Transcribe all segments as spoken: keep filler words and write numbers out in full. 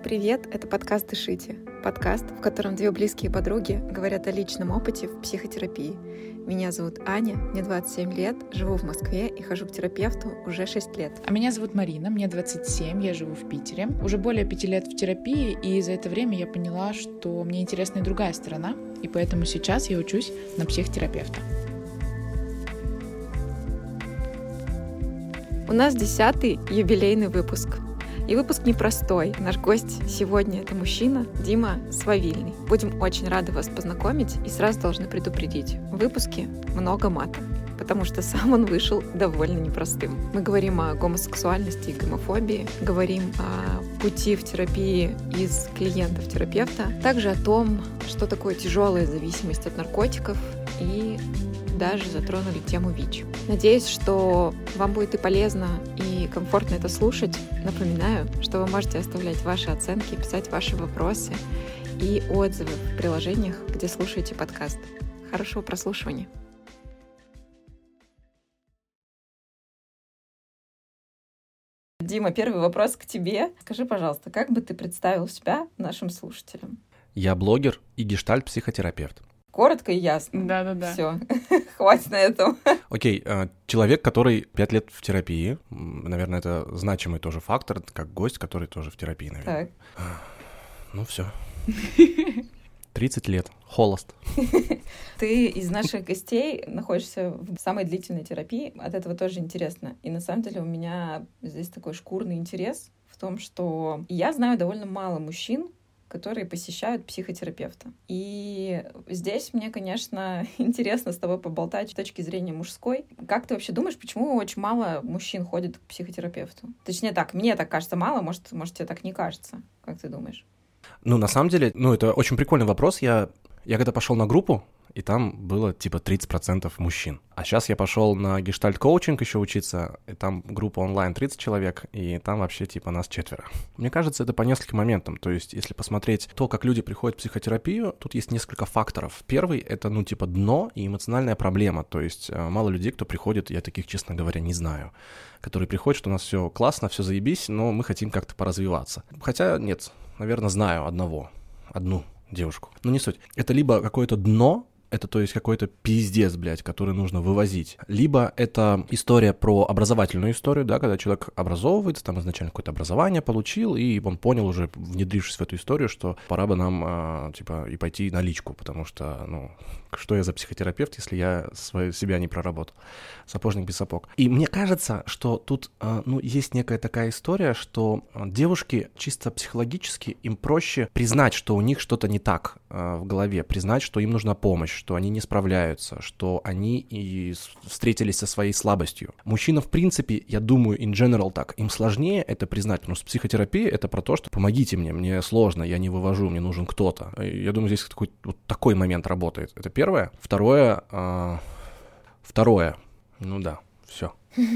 привет! Это подкаст «Дышите». Подкаст, в котором две близкие подруги говорят о личном опыте в психотерапии. Меня зовут Аня, мне двадцать семь лет, живу в Москве и хожу к терапевту уже шесть лет. А меня зовут Марина, мне двадцать семь, я живу в Питере. Уже более пяти лет в терапии, и за это время я поняла, что мне интересна и другая сторона, и поэтому сейчас я учусь на психотерапевта. У нас десятый юбилейный выпуск. И выпуск непростой. Наш гость сегодня — это мужчина Дима Свавильный. Будем очень рады вас познакомить и сразу должны предупредить. В выпуске много мата, потому что сам он вышел довольно непростым. Мы говорим о гомосексуальности и гомофобии, говорим о пути в терапии из клиентов терапевта, также о том, что такое тяжелая зависимость от наркотиков, и даже затронули тему ВИЧ. Надеюсь, что вам будет и полезно, и комфортно это слушать. Напоминаю, что вы можете оставлять ваши оценки, писать ваши вопросы и отзывы в приложениях, где слушаете подкаст. Хорошего прослушивания! Дима, первый вопрос к тебе. Скажи, пожалуйста, как бы ты представил себя нашим слушателям? Я блогер и гештальт-психотерапевт. Коротко и ясно. Да-да-да. Все, хватит на этом. Окей, человек, который пять лет в терапии, наверное, это значимый тоже фактор, как гость, который тоже в терапии, наверное. Так. Ну все. тридцать лет, холост. Ты из наших гостей находишься в самой длительной терапии, от этого тоже интересно. И на самом деле у меня здесь такой шкурный интерес в том, что я знаю довольно мало мужчин, которые посещают психотерапевта. И здесь мне, конечно, интересно с тобой поболтать с точки зрения мужской. Как ты вообще думаешь, почему очень мало мужчин ходит к психотерапевту? Точнее так, мне так кажется мало, может, может тебе так не кажется. Как ты думаешь? Ну, на самом деле, ну, это очень прикольный вопрос. Я, я когда пошел на группу, и там было типа тридцать процентов мужчин. А сейчас я пошел на гештальт-коучинг еще учиться, и там группа онлайн тридцать человек, и там вообще типа нас четверо. Мне кажется, это по нескольким моментам. То есть, если посмотреть то, как люди приходят в психотерапию, тут есть несколько факторов. Первый — это, ну, типа дно и эмоциональная проблема. То есть, мало людей, кто приходит, я таких, честно говоря, не знаю, которые приходят, что у нас все классно, все заебись, но мы хотим как-то поразвиваться. Хотя нет, наверное, знаю одного, одну девушку. Но не суть. Это либо какое-то дно, это, то есть, какой-то пиздец, блядь, который нужно вывозить. Либо это история про образовательную историю, да, когда человек образовывается, там изначально какое-то образование получил, и он понял уже, внедрившись в эту историю, что пора бы нам, э, типа, и пойти на личку, потому что, ну, что я за психотерапевт, если я свою, себя не проработал? Сапожник без сапог. И мне кажется, что тут, э, ну, есть некая такая история, что девушки чисто психологически, им проще признать, что у них что-то не так э, в голове, признать, что им нужна помощь, что они не справляются, что они и встретились со своей слабостью. Мужчина, в принципе, я думаю, in general так, им сложнее это признать, потому что психотерапия — это про то, что помогите мне, мне сложно, я не вывожу, мне нужен кто-то. Я думаю, здесь такой, вот такой момент работает. Это первое. Второе, э, второе, ну да, все.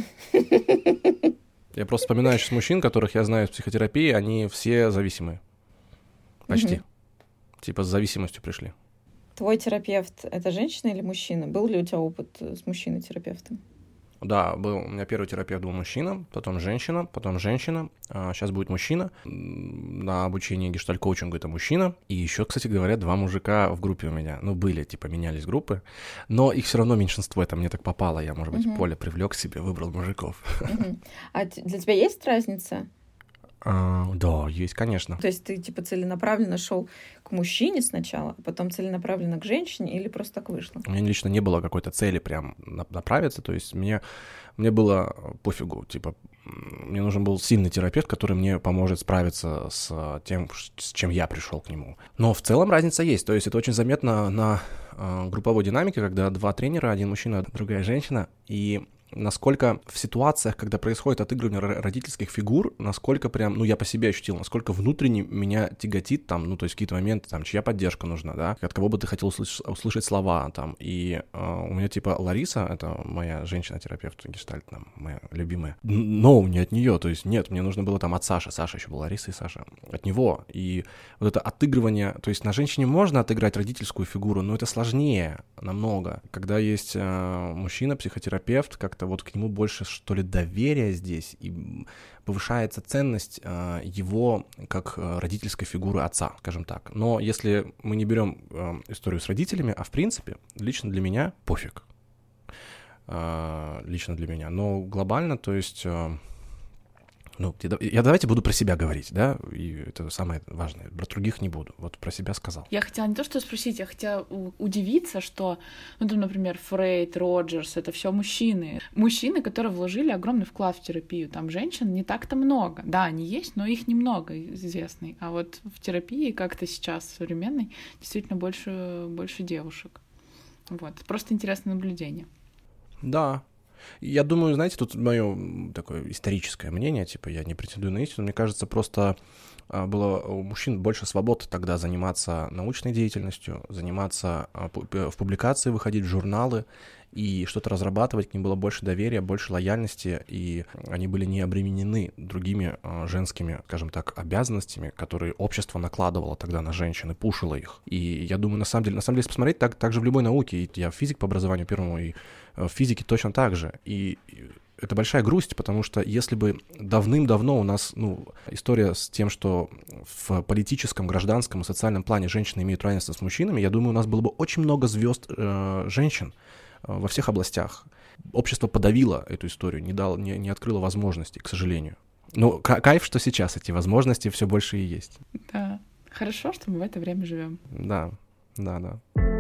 Я просто вспоминаю сейчас мужчин, которых я знаю из психотерапии, они все зависимые. Почти. Типа с зависимостью пришли. Твой терапевт — это женщина или мужчина? Был ли у тебя опыт с мужчиной-терапевтом? Да, был. У меня первый терапевт был мужчина, потом женщина, потом женщина. А сейчас будет мужчина. На обучении гештальт-коучингу это мужчина. И еще, кстати говоря, два мужика в группе у меня. Ну, были, типа, менялись группы. Но их все равно меньшинство. Это мне так попало. Я, может быть, uh-huh. поле привлек к себе, выбрал мужиков. Uh-huh. А для тебя есть разница? Uh, да, есть, конечно. То есть ты, типа, целенаправленно шел к мужчине сначала, а потом целенаправленно к женщине, или просто так вышло? У меня лично не было какой-то цели прям направиться, то есть мне, мне было пофигу, типа, мне нужен был сильный терапевт, который мне поможет справиться с тем, с чем я пришел к нему. Но в целом разница есть, то есть это очень заметно на э, групповой динамике, когда два тренера, один мужчина, другая женщина, и насколько в ситуациях, когда происходит отыгрывание родительских фигур, насколько прям, ну, я по себе ощутил, насколько внутренне меня тяготит там, ну, то есть какие-то моменты, там, чья поддержка нужна, да, от кого бы ты хотел услышать, услышать слова, там, и э, у меня, типа, Лариса, это моя женщина-терапевт, гештальт, там, моя любимая, но не от нее, то есть нет, мне нужно было там от Саши, Саша еще была, Лариса и Саша, от него, и вот это отыгрывание, то есть на женщине можно отыграть родительскую фигуру, но это сложнее намного, когда есть э, мужчина, психотерапевт, как-то как-то вот к нему больше, что ли, доверия здесь, и повышается ценность э, его как э, родительской фигуры отца, скажем так. Но если мы не берем э, историю с родителями, а в принципе, лично для меня пофиг. Э, лично для меня. Но глобально, то есть... Э, Ну, я давайте буду про себя говорить, да, и это самое важное, про других не буду, вот про себя сказал. Я хотела не то что спросить, я хотела удивиться, что, ну, там, например, Фрейд, Роджерс, это все мужчины. Мужчины, которые вложили огромный вклад в терапию, там женщин не так-то много. Да, они есть, но их немного известный. А вот в терапии как-то сейчас современной действительно больше, больше девушек. Вот, просто интересное наблюдение. Да. Я думаю, знаете, тут мое такое историческое мнение, типа я не претендую на истину, мне кажется, просто было у мужчин больше свободы тогда заниматься научной деятельностью, заниматься в публикации, выходить в журналы и что-то разрабатывать, к ним было больше доверия, больше лояльности, и они были не обременены другими женскими, скажем так, обязанностями, которые общество накладывало тогда на женщин и пушило их. И я думаю, на самом деле, на самом деле, если посмотреть, так, так же в любой науке, и я физик по образованию первому, и в физике точно так же. И это большая грусть, потому что если бы давным-давно у нас, ну, история с тем, что в политическом, гражданском и социальном плане женщины имеют равенство с мужчинами, я думаю, у нас было бы очень много звезд э, женщин во всех областях. Общество подавило эту историю, не дало, не, не открыло возможностей, к сожалению. Но кайф, что сейчас эти возможности все больше и есть. Да, хорошо, что мы в это время живем. Да, да, да.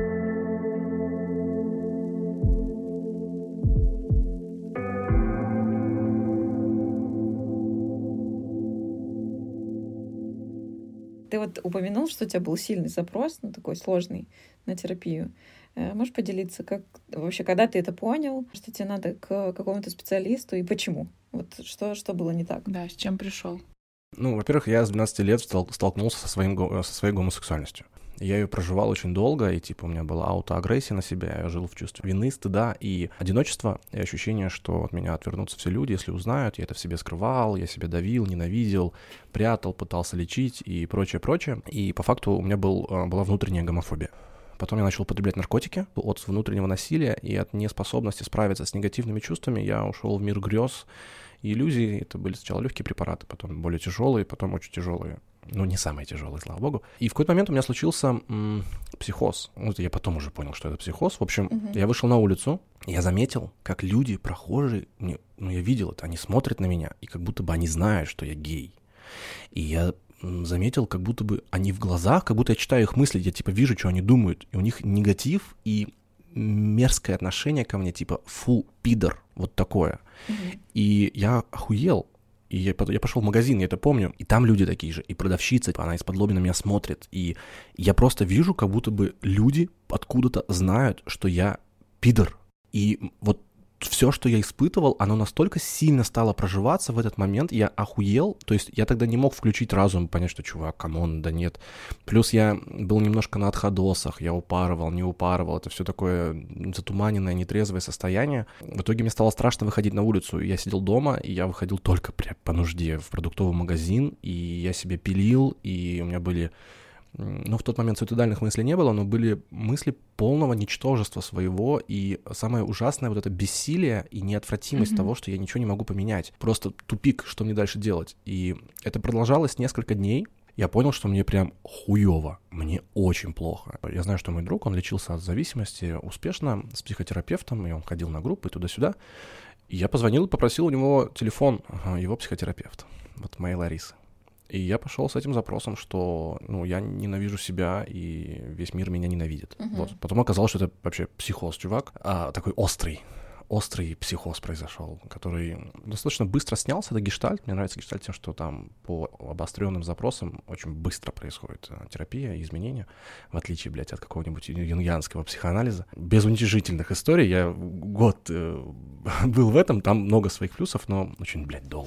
Ты вот упомянул, что у тебя был сильный запрос, ну, такой сложный, на терапию. Можешь поделиться, как вообще, когда ты это понял, что тебе надо к какому-то специалисту и почему? Вот что, что было не так? Да, с чем пришел? Ну, во-первых, я с двенадцати лет стал, столкнулся со, своим, со своей гомосексуальностью. Я ее проживал очень долго, и типа у меня была аутоагрессия на себя, я жил в чувстве вины, стыда и одиночества, и ощущение, что от меня отвернутся все люди, если узнают, я это в себе скрывал, я себя давил, ненавидел, прятал, пытался лечить и прочее-прочее. И по факту у меня был, была внутренняя гомофобия. Потом я начал употреблять наркотики. От внутреннего насилия и от неспособности справиться с негативными чувствами я ушел в мир грез и иллюзий. Это были сначала легкие препараты, потом более тяжелые, потом очень тяжелые. Ну, не самые тяжелые, слава богу. И в какой-то момент у меня случился м- психоз. Вот я потом уже понял, что это психоз. В общем, uh-huh. я вышел на улицу, я заметил, как люди, прохожие, мне, ну, я видел это, они смотрят на меня, и как будто бы они знают, что я гей. И я заметил, как будто бы они в глазах, как будто я читаю их мысли, я типа вижу, что они думают, и у них негатив и мерзкое отношение ко мне, типа фу, пидор, вот такое. Mm-hmm. И я охуел, и я, я пошел в магазин, я это помню, и там люди такие же, и продавщица, она из-под лоби на меня смотрит, и я просто вижу, как будто бы люди откуда-то знают, что я пидор, и вот все, что я испытывал, оно настолько сильно стало проживаться в этот момент, я охуел, то есть я тогда не мог включить разум, понять, что, чувак, камон, да нет. Плюс я был немножко на отходосах, я упарывал, не упарывал, это все такое затуманенное, нетрезвое состояние. В итоге мне стало страшно выходить на улицу, я сидел дома, и я выходил только по нужде в продуктовый магазин, и я себе пилил, и у меня были... Ну, в тот момент суицидальных мыслей не было, но были мысли полного ничтожества своего, и самое ужасное вот это бессилие и неотвратимость mm-hmm. того, что я ничего не могу поменять. Просто тупик, что мне дальше делать. И это продолжалось несколько дней. Я понял, что мне прям хуёво, мне очень плохо. Я знаю, что мой друг, он лечился от зависимости успешно с психотерапевтом, и он ходил на группы туда-сюда. И я позвонил и попросил у него телефон его психотерапевта, вот моей Ларисы. И я пошел с этим запросом, что, ну, я ненавижу себя, и весь мир меня ненавидит. Uh-huh. Вот. Потом оказалось, что это вообще психоз, чувак, а, такой острый. Острый психоз произошел, который достаточно быстро снялся, это гештальт. Мне нравится гештальт тем, что там по обостренным запросам очень быстро происходит терапия и изменения, в отличие, блядь, от какого-нибудь юнгианского психоанализа. Без уничижительных историй. Я год э, был в этом, там много своих плюсов, но очень, блядь, долго.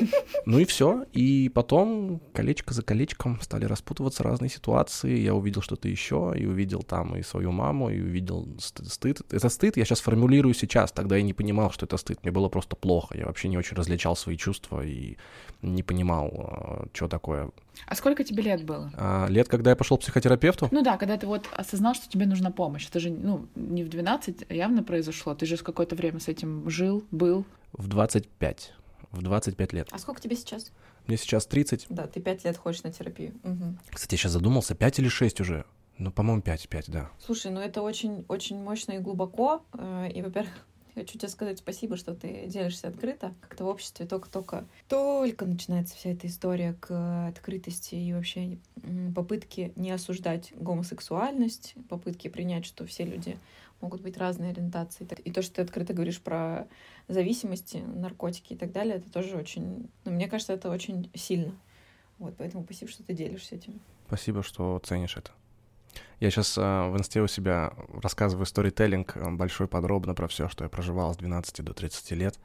Ну и все. И потом колечко за колечком стали распутываться разные ситуации. Я увидел что-то еще, и увидел там и свою маму, и увидел стыд. Это стыд, я сейчас формулирую сейчас, тогда и не понимал, что это стыд. Мне было просто плохо. Я вообще не очень различал свои чувства и не понимал, что такое. А сколько тебе лет было? А, лет, когда я пошел к психотерапевту? Ну да, когда ты вот осознал, что тебе нужна помощь. Это же, ну, не в двенадцать явно произошло. Ты же с какое-то время с этим жил, был. В двадцать пять. В двадцать пять лет. А сколько тебе сейчас? Мне сейчас тридцать. Да, ты пять лет ходишь на терапию. Угу. Кстати, я сейчас задумался, пять или шесть уже? Ну, по-моему, пять, пять, да. Слушай, ну это очень, очень мощно и глубоко. И, во-первых, хочу тебе сказать спасибо, что ты делишься открыто. Как-то в обществе только-только только начинается вся эта история к открытости и вообще попытки не осуждать гомосексуальность, попытки принять, что все люди могут быть разные ориентации. И то, что ты открыто говоришь про зависимости, наркотики и так далее, это тоже очень... Ну, мне кажется, это очень сильно. Вот, поэтому спасибо, что ты делишься этим. Спасибо, что ценишь это. Я сейчас э, в инсте у себя рассказываю сторителлинг большой, подробно про все, что я проживал с двенадцати до тридцати лет.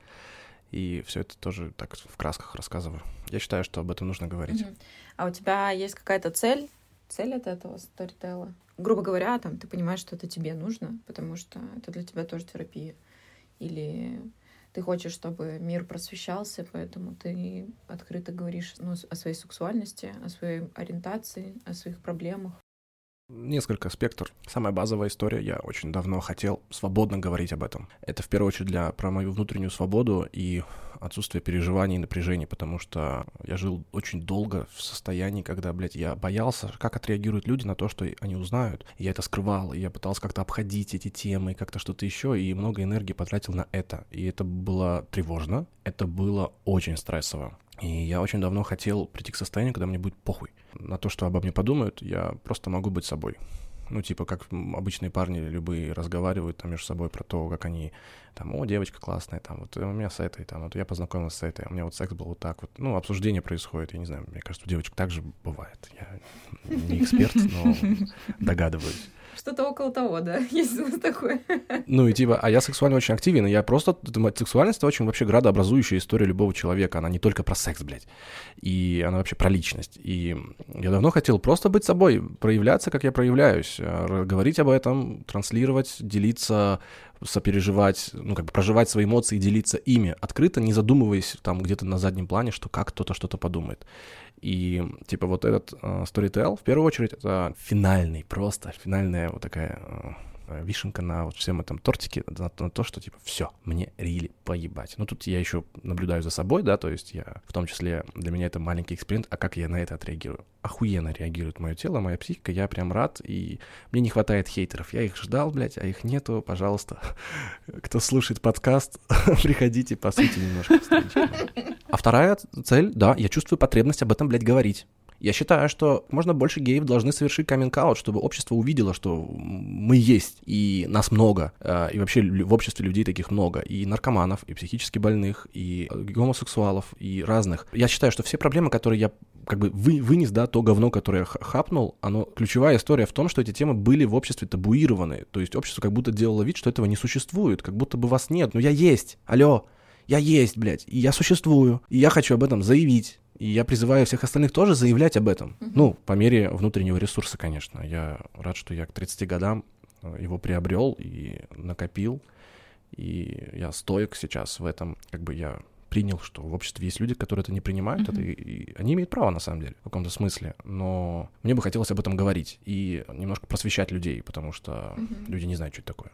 И все это тоже так в красках рассказываю. Я считаю, что об этом нужно говорить. Uh-huh. А у тебя есть какая-то цель? Цель от этого сторителла? Грубо говоря, там, ты понимаешь, что это тебе нужно, потому что это для тебя тоже терапия. Или ты хочешь, чтобы мир просвещался, поэтому ты открыто говоришь, ну, о своей сексуальности, о своей ориентации, о своих проблемах. Несколько спектр. Самая базовая история. Я очень давно хотел свободно говорить об этом. Это в первую очередь для, про мою внутреннюю свободу и отсутствие переживаний и напряжений, потому что я жил очень долго в состоянии, когда, блядь, я боялся, как отреагируют люди на то, что они узнают. И я это скрывал, и я пытался как-то обходить эти темы, как-то что-то еще, и много энергии потратил на это. И это было тревожно, это было очень стрессово. И я очень давно хотел прийти к состоянию, когда мне будет похуй на то, что обо мне подумают, я просто могу быть собой. Ну, типа, как обычные парни любые разговаривают там между собой про то, как они, там, о, девочка классная, там, вот у меня с этой, там, вот я познакомился с этой, у меня вот секс был вот так вот. Ну, обсуждение происходит, я не знаю, мне кажется, у девочек так же бывает. Я не эксперт, но догадываюсь. Что-то около того, да, есть у нас такое. Ну и типа, а я сексуально очень активен, и я просто... Сексуальность — это очень вообще градообразующая история любого человека, она не только про секс, блядь, и она вообще про личность. И я давно хотел просто быть собой, проявляться, как я проявляюсь, говорить об этом, транслировать, делиться, сопереживать, ну как бы проживать свои эмоции и делиться ими открыто, не задумываясь там где-то на заднем плане, что как кто-то что-то подумает. И типа вот этот uh, Storytel, в первую очередь, это финальный, просто финальная вот такая uh, вишенка на вот всем этом тортике, на, на то, что типа все, мне рили поебать. Ну тут я еще наблюдаю за собой, да, то есть я, в том числе для меня это маленький эксперимент, а как я на это отреагирую? Охуенно реагирует мое тело, моя психика, я прям рад, и мне не хватает хейтеров. Я их ждал, блядь, а их нету, пожалуйста. Кто слушает подкаст, приходите, по сути, немножко встречи. А вторая цель, да, я чувствую потребность об этом, блядь, говорить. Я считаю, что можно больше геев должны совершить каминг-аут, чтобы общество увидело, что мы есть, и нас много, и вообще в обществе людей таких много, и наркоманов, и психически больных, и гомосексуалов, и разных. Я считаю, что все проблемы, которые я как бы вы, вынес, да, то говно, которое я хапнул, оно, ключевая история в том, что эти темы были в обществе табуированы, то есть общество как будто делало вид, что этого не существует, как будто бы вас нет, но я есть, алло, я есть, блядь, и я существую, и я хочу об этом заявить. И я призываю всех остальных тоже заявлять об этом. Uh-huh. Ну, по мере внутреннего ресурса, конечно. Я рад, что я к тридцати годам его приобрел и накопил. И я стоек сейчас в этом. Как бы я принял, что в обществе есть люди, которые это не принимают. Uh-huh. Это, и, и они имеют право, на самом деле, в каком-то смысле. Но мне бы хотелось об этом говорить и немножко просвещать людей, потому что uh-huh. люди не знают, что это такое.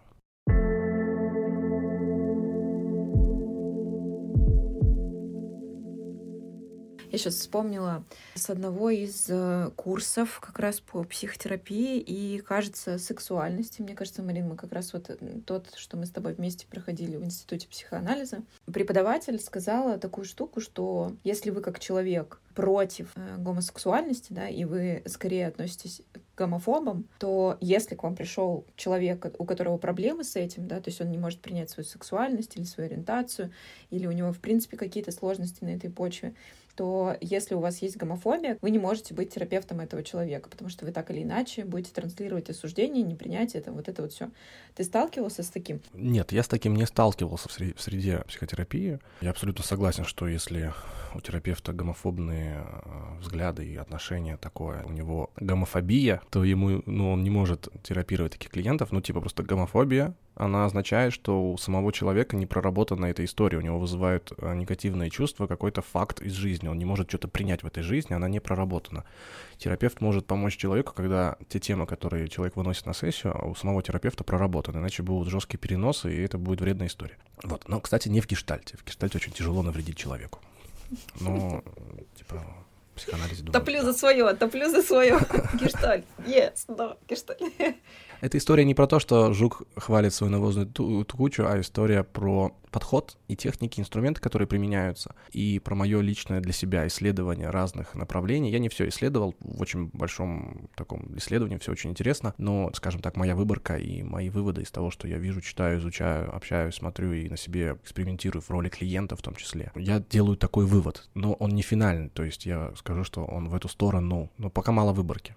Я сейчас вспомнила с одного из э, курсов как раз по психотерапии и, кажется, сексуальности. Мне кажется, Марин, мы как раз вот тот, что мы с тобой вместе проходили в Институте психоанализа. Преподаватель сказала такую штуку, что если вы как человек против э, гомосексуальности, да, и вы скорее относитесь к гомофобам, то если к вам пришел человек, у которого проблемы с этим, да, то есть он не может принять свою сексуальность или свою ориентацию, или у него, в принципе, какие-то сложности на этой почве, то если у вас есть гомофобия, вы не можете быть терапевтом этого человека, потому что вы так или иначе будете транслировать осуждение, непринятие, это, вот это вот все. Ты сталкивался с таким? Нет, я с таким не сталкивался в среде, в среде психотерапии. Я абсолютно согласен, что если у терапевта гомофобные взгляды и отношения такое, у него гомофобия, то ему, ну, он не может терапировать таких клиентов, ну, типа просто гомофобия, она означает, что у самого человека не проработана эта история, у него вызывают негативные чувства какой-то факт из жизни, он не может что-то принять в этой жизни, она не проработана. Терапевт может помочь человеку, когда те темы, которые человек выносит на сессию, у самого терапевта проработаны, иначе будут жесткие переносы, и это будет вредная история. Вот. Но, кстати, не в гештальте. В гештальте очень тяжело навредить человеку. Но, типа... психоанализе думаю. Топлю да. за свое, топлю за свое. Гештальт. Yes, да, гештальт. Эта история не про то, что жук хвалит свою навозную ту- кучу, а история про подход и техники, инструменты, которые применяются, и про мое личное для себя исследование разных направлений. Я не все исследовал, в очень большом таком исследовании все очень интересно, но, скажем так, моя выборка и мои выводы из того, что я вижу, читаю, изучаю, общаюсь, смотрю и на себе экспериментирую в роли клиента в том числе. Я делаю такой вывод, но он не финальный, то есть я скажу, что он в эту сторону, но пока мало выборки.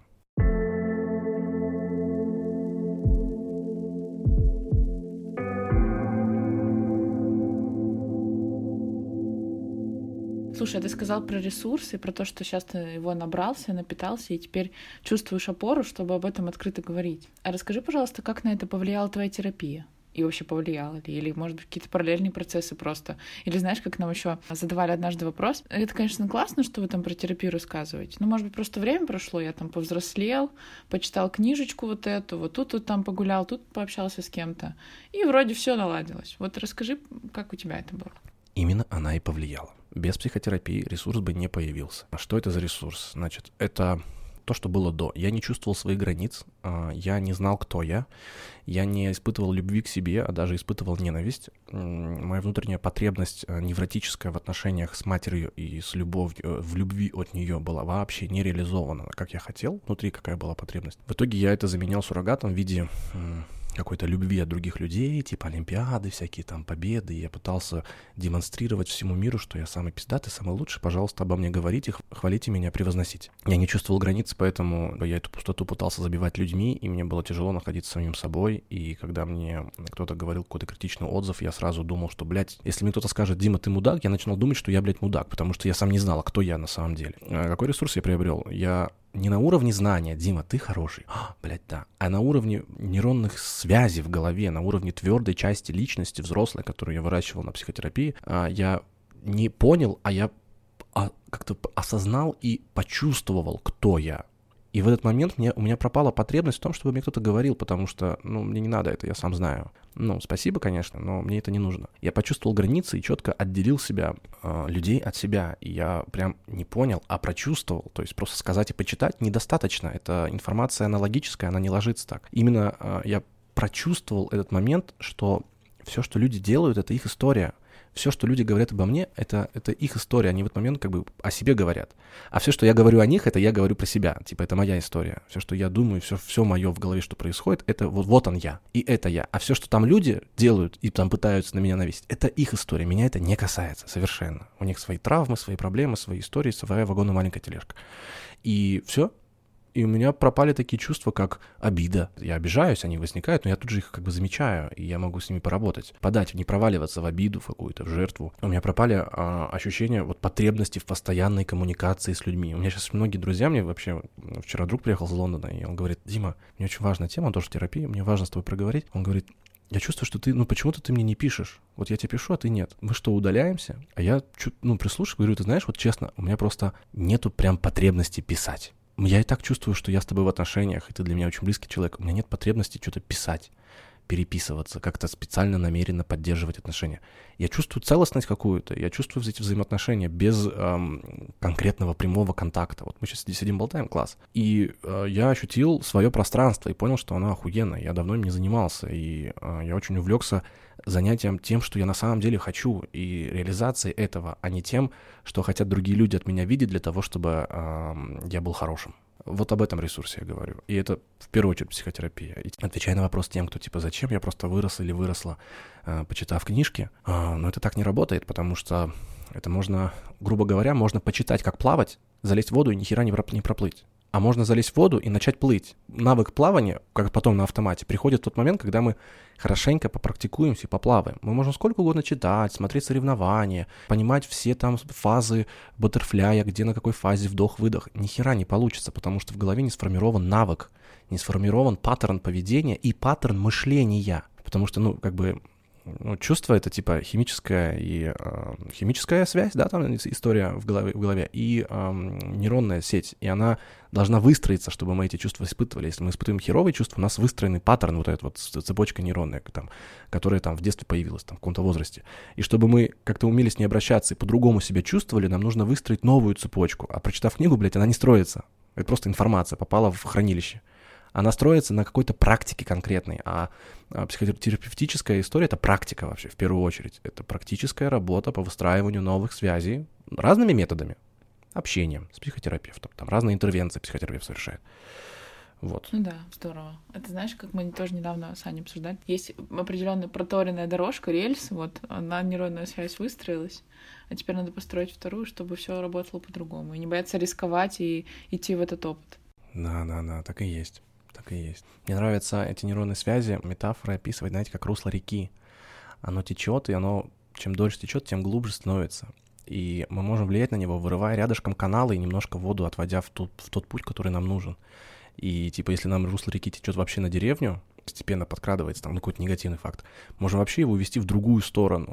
Слушай, а ты сказал про ресурсы, про то, что сейчас ты его набрался, напитался, и теперь чувствуешь опору, чтобы об этом открыто говорить. А расскажи, пожалуйста, как на это повлияла твоя терапия? И вообще повлияла ли? Или, может быть, какие-то параллельные процессы просто? Или знаешь, как нам еще задавали однажды вопрос? Это, конечно, классно, что вы там про терапию рассказываете. Но, может быть, просто время прошло, я там повзрослел, почитал книжечку вот эту, вот тут вот там погулял, тут пообщался с кем-то. И вроде все наладилось. Вот расскажи, как у тебя это было? Именно она и повлияла. Без психотерапии ресурс бы не появился. А что это за ресурс? Значит, это то, что было до. Я не чувствовал своих границ, я не знал, кто я, я не испытывал любви к себе, а даже испытывал ненависть. Моя внутренняя потребность невротическая в отношениях с матерью и с любовью, в любви от нее была вообще не реализована, как я хотел. Внутри какая была потребность. В итоге я это заменял суррогатом в виде какой-то любви от других людей, типа олимпиады, всякие там победы. И я пытался демонстрировать всему миру, что я самый пиздатый, самый лучший. Пожалуйста, обо мне говорите, хвалите меня, превозносите. Я не чувствовал границ, поэтому я эту пустоту пытался забивать людьми, и мне было тяжело находиться самим собой. И когда мне кто-то говорил какой-то критичный отзыв, я сразу думал, что, блядь, если мне кто-то скажет: Дима, ты мудак, я начинал думать, что я, блядь, мудак, потому что я сам не знал, кто я на самом деле. А какой ресурс я приобрел? Я не на уровне знания: Дима, ты хороший, а, блядь, да, а на уровне нейронных связей в голове, на уровне твердой части личности взрослой, которую я выращивал на психотерапии, я не понял, а я как-то осознал и почувствовал, кто я. И в этот момент мне, у меня пропала потребность в том, чтобы мне кто-то говорил, потому что, ну, мне не надо это, я сам знаю. Ну, спасибо, конечно, но мне это не нужно. Я почувствовал границы и четко отделил себя, э, людей от себя. И я прям не понял, а прочувствовал. То есть просто сказать и почитать недостаточно. Это информация аналогическая, она не ложится так. Именно э, я прочувствовал этот момент, что все, что люди делают, это их история. Все, что люди говорят обо мне, это, это их история, они в этот момент как бы о себе говорят. А все, что я говорю о них, это я говорю про себя. Типа, это моя история. Все, что я думаю, все, все мое в голове, что происходит, это вот, вот он я, и это я. А все, что там люди делают и там пытаются на меня навесить, это их история. Меня это не касается совершенно. У них свои травмы, свои проблемы, свои истории, своя вагонная маленькая тележка. И все. И у меня пропали такие чувства, как обида. Я обижаюсь, они возникают, но я тут же их как бы замечаю, и я могу с ними поработать, подать, не проваливаться в обиду, в какую-то, в жертву. У меня пропали а, ощущения вот потребности в постоянной коммуникации с людьми. У меня сейчас многие друзья, мне вообще, вчера друг приехал из Лондона, и он говорит: Дима, мне очень важная тема, он тоже в терапии, мне важно с тобой проговорить. Он говорит: я чувствую, что ты, ну почему-то ты мне не пишешь. Вот я тебе пишу, а ты нет. Мы что, удаляемся? А я, ну, прислушиваюсь, говорю: ты знаешь, вот честно, у меня просто нету прям потребности писать. Я и так чувствую, что я с тобой в отношениях, и ты для меня очень близкий человек. У меня нет потребности что-то писать, переписываться, как-то специально, намеренно поддерживать отношения. Я чувствую целостность какую-то, я чувствую эти взаимоотношения без эм, конкретного прямого контакта. Вот мы сейчас здесь сидим, болтаем, класс. И э, я ощутил свое пространство и понял, что оно охуенное. Я давно им не занимался, и э, я очень увлекся занятием тем, что я на самом деле хочу, и реализацией этого, а не тем, что хотят другие люди от меня видеть для того, чтобы э, я был хорошим. Вот об этом ресурсе я говорю. И это в первую очередь психотерапия. И отвечая на вопрос тем, кто типа: зачем я просто вырос или выросла, э, почитав книжки, э, но это так не работает, потому что это можно, грубо говоря, можно почитать, как плавать, залезть в воду и ни хера не, проп- не проплыть. А можно залезть в воду и начать плыть. Навык плавания, как потом на автомате, приходит в тот момент, когда мы хорошенько попрактикуемся и поплаваем. Мы можем сколько угодно читать, смотреть соревнования, понимать все там фазы баттерфляя, где на какой фазе вдох-выдох. Ни хера не получится, потому что в голове не сформирован навык, не сформирован паттерн поведения и паттерн мышления. потому что, ну, как бы, ну, чувство — это типа химическая и э, химическая связь, да, там история в голове, в голове и э, нейронная сеть, и она должна выстроиться, чтобы мы эти чувства испытывали. Если мы испытываем херовые чувства, у нас выстроенный паттерн, вот эта вот цепочка нейронная, там, которая там в детстве появилась, там, в каком-то возрасте. И чтобы мы как-то умели с ней обращаться и по-другому себя чувствовали, нам нужно выстроить новую цепочку. А прочитав книгу, блядь, она не строится. Это просто информация попала в хранилище. Она строится на какой-то практике конкретной, а психотерапевтическая история — это практика вообще, в первую очередь. Это практическая работа по выстраиванию новых связей разными методами. Общением с психотерапевтом, там разные интервенции психотерапевт совершает. Вот. Ну да, здорово. Это знаешь, как мы тоже недавно с Аней обсуждали, есть определенная проторенная дорожка, рельс, вот, одна нейронная связь выстроилась, а теперь надо построить вторую, чтобы все работало по-другому, и не бояться рисковать и идти в этот опыт. Да-да-да, так и есть. Так и есть. Мне нравятся эти нейронные связи, метафоры описывать, знаете, как русло реки. Оно течет, и оно, чем дольше течет, тем глубже становится. И мы можем влиять на него, вырывая рядышком каналы и немножко воду отводя в тот, в тот путь, который нам нужен. И типа, если нам русло реки течет вообще на деревню, постепенно подкрадывается там ну, какой-то негативный факт, можем вообще его увести в другую сторону.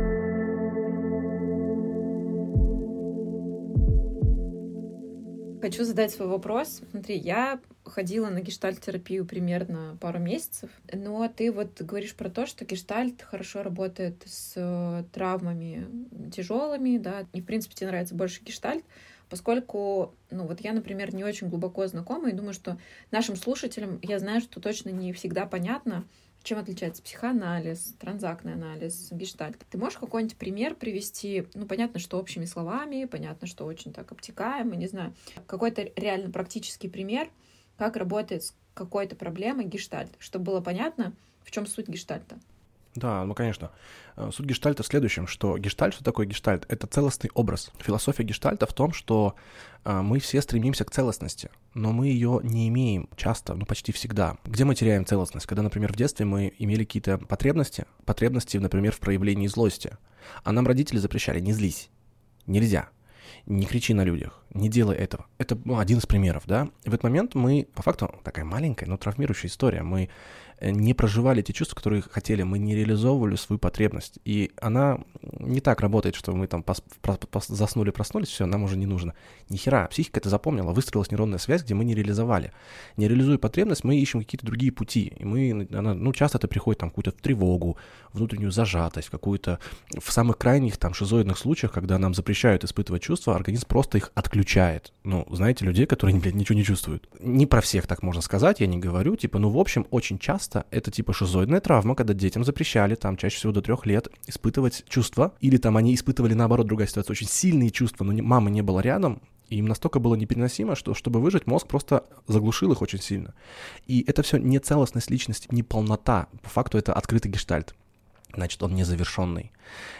Хочу задать свой вопрос. Смотри, я ходила на гештальт-терапию примерно пару месяцев, но ты вот говоришь про то, что гештальт хорошо работает с травмами тяжелыми, да, и, в принципе, тебе нравится больше гештальт, поскольку, ну, вот я, например, не очень глубоко знакома, и думаю, что нашим слушателям, я знаю, что точно не всегда понятно, чем отличается психоанализ, транзактный анализ, гештальт. Ты можешь какой-нибудь пример привести? Ну, понятно, что общими словами, понятно, что очень так обтекаемо, не знаю. Какой-то реально практический пример, как работает с какой-то проблемой гештальт, чтобы было понятно, в чем суть гештальта. Да, ну, конечно. Суть гештальта в следующем, что гештальт, что такое гештальт? Это целостный образ. Философия гештальта в том, что мы все стремимся к целостности, но мы ее не имеем часто, ну, почти всегда. Где мы теряем целостность? Когда, например, в детстве мы имели какие-то потребности, потребности, например, в проявлении злости, а нам родители запрещали: не злись, нельзя, не кричи на людях, не делай этого. Это ну, один из примеров, да. И в этот момент мы, по факту, такая маленькая, но травмирующая история, мы не проживали те чувства, которые хотели, мы не реализовывали свою потребность. И она не так работает, что мы там пос- пос- заснули, проснулись, все, нам уже не нужно. Ни хера, психика это запомнила, выстроилась нейронная связь, где мы не реализовали. Не реализуя потребность, мы ищем какие-то другие пути. И мы, она, ну, часто это приходит там, в какую-то тревогу, внутреннюю зажатость, какую-то... В самых крайних там шизоидных случаях, когда нам запрещают испытывать чувства, организм просто их отключает. Ну, знаете, людей, которые, блядь, ничего не чувствуют. Не про всех так можно сказать, я не говорю, типа, ну, в общем, очень часто это типа шизоидная травма, когда детям запрещали там чаще всего до трех лет испытывать чувства, или там они испытывали наоборот, другая ситуация, очень сильные чувства, но не, мамы не было рядом, и им настолько было непереносимо, что чтобы выжить, мозг просто заглушил их очень сильно. И это все не целостность личности, не полнота, по факту это открытый гештальт, значит, он незавершенный.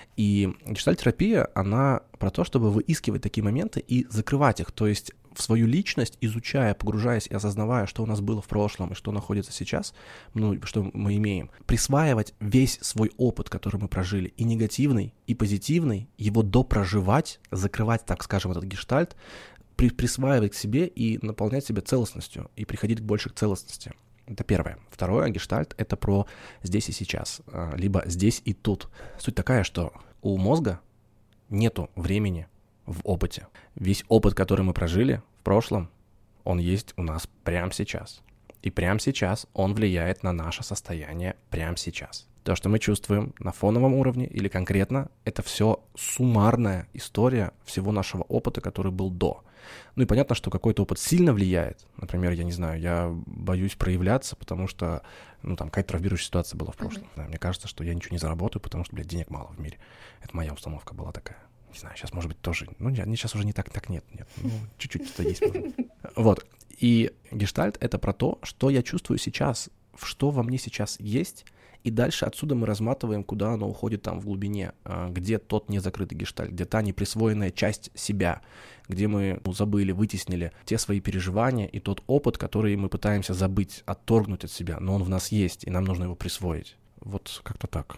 И гештальт-терапия, она про то, чтобы выискивать такие моменты и закрывать их, то есть в свою личность, изучая, погружаясь и осознавая, что у нас было в прошлом и что находится сейчас, ну, что мы имеем, присваивать весь свой опыт, который мы прожили, и негативный, и позитивный, его допроживать, закрывать, так скажем, этот гештальт, при, присваивать к себе и наполнять себя целостностью, и приходить больше к целостности. Это первое. Второе, гештальт — это про здесь и сейчас, либо здесь и тут. Суть такая, что у мозга нету времени в опыте. Весь опыт, который мы прожили в прошлом, он есть у нас прямо сейчас. И прямо сейчас он влияет на наше состояние прямо сейчас. То, что мы чувствуем на фоновом уровне или конкретно, это все суммарная история всего нашего опыта, который был до. Ну и понятно, что какой-то опыт сильно влияет. Например, я не знаю, я боюсь проявляться, потому что, ну, там, какая-то травмирующая ситуация была в прошлом. Mm-hmm. Да, мне кажется, что я ничего не заработаю, потому что, блядь, денег мало в мире. Это моя установка была такая. Не знаю, сейчас, может быть, тоже... Ну, нет, сейчас уже не так, так нет, нет. Ну, чуть-чуть что-то есть, может. Вот. И гештальт — это про то, что я чувствую сейчас, что во мне сейчас есть, и дальше отсюда мы разматываем, куда оно уходит там в глубине, где тот незакрытый гештальт, где та неприсвоенная часть себя, где мы забыли, вытеснили те свои переживания и тот опыт, который мы пытаемся забыть, отторгнуть от себя, но он в нас есть, и нам нужно его присвоить. Вот как-то так.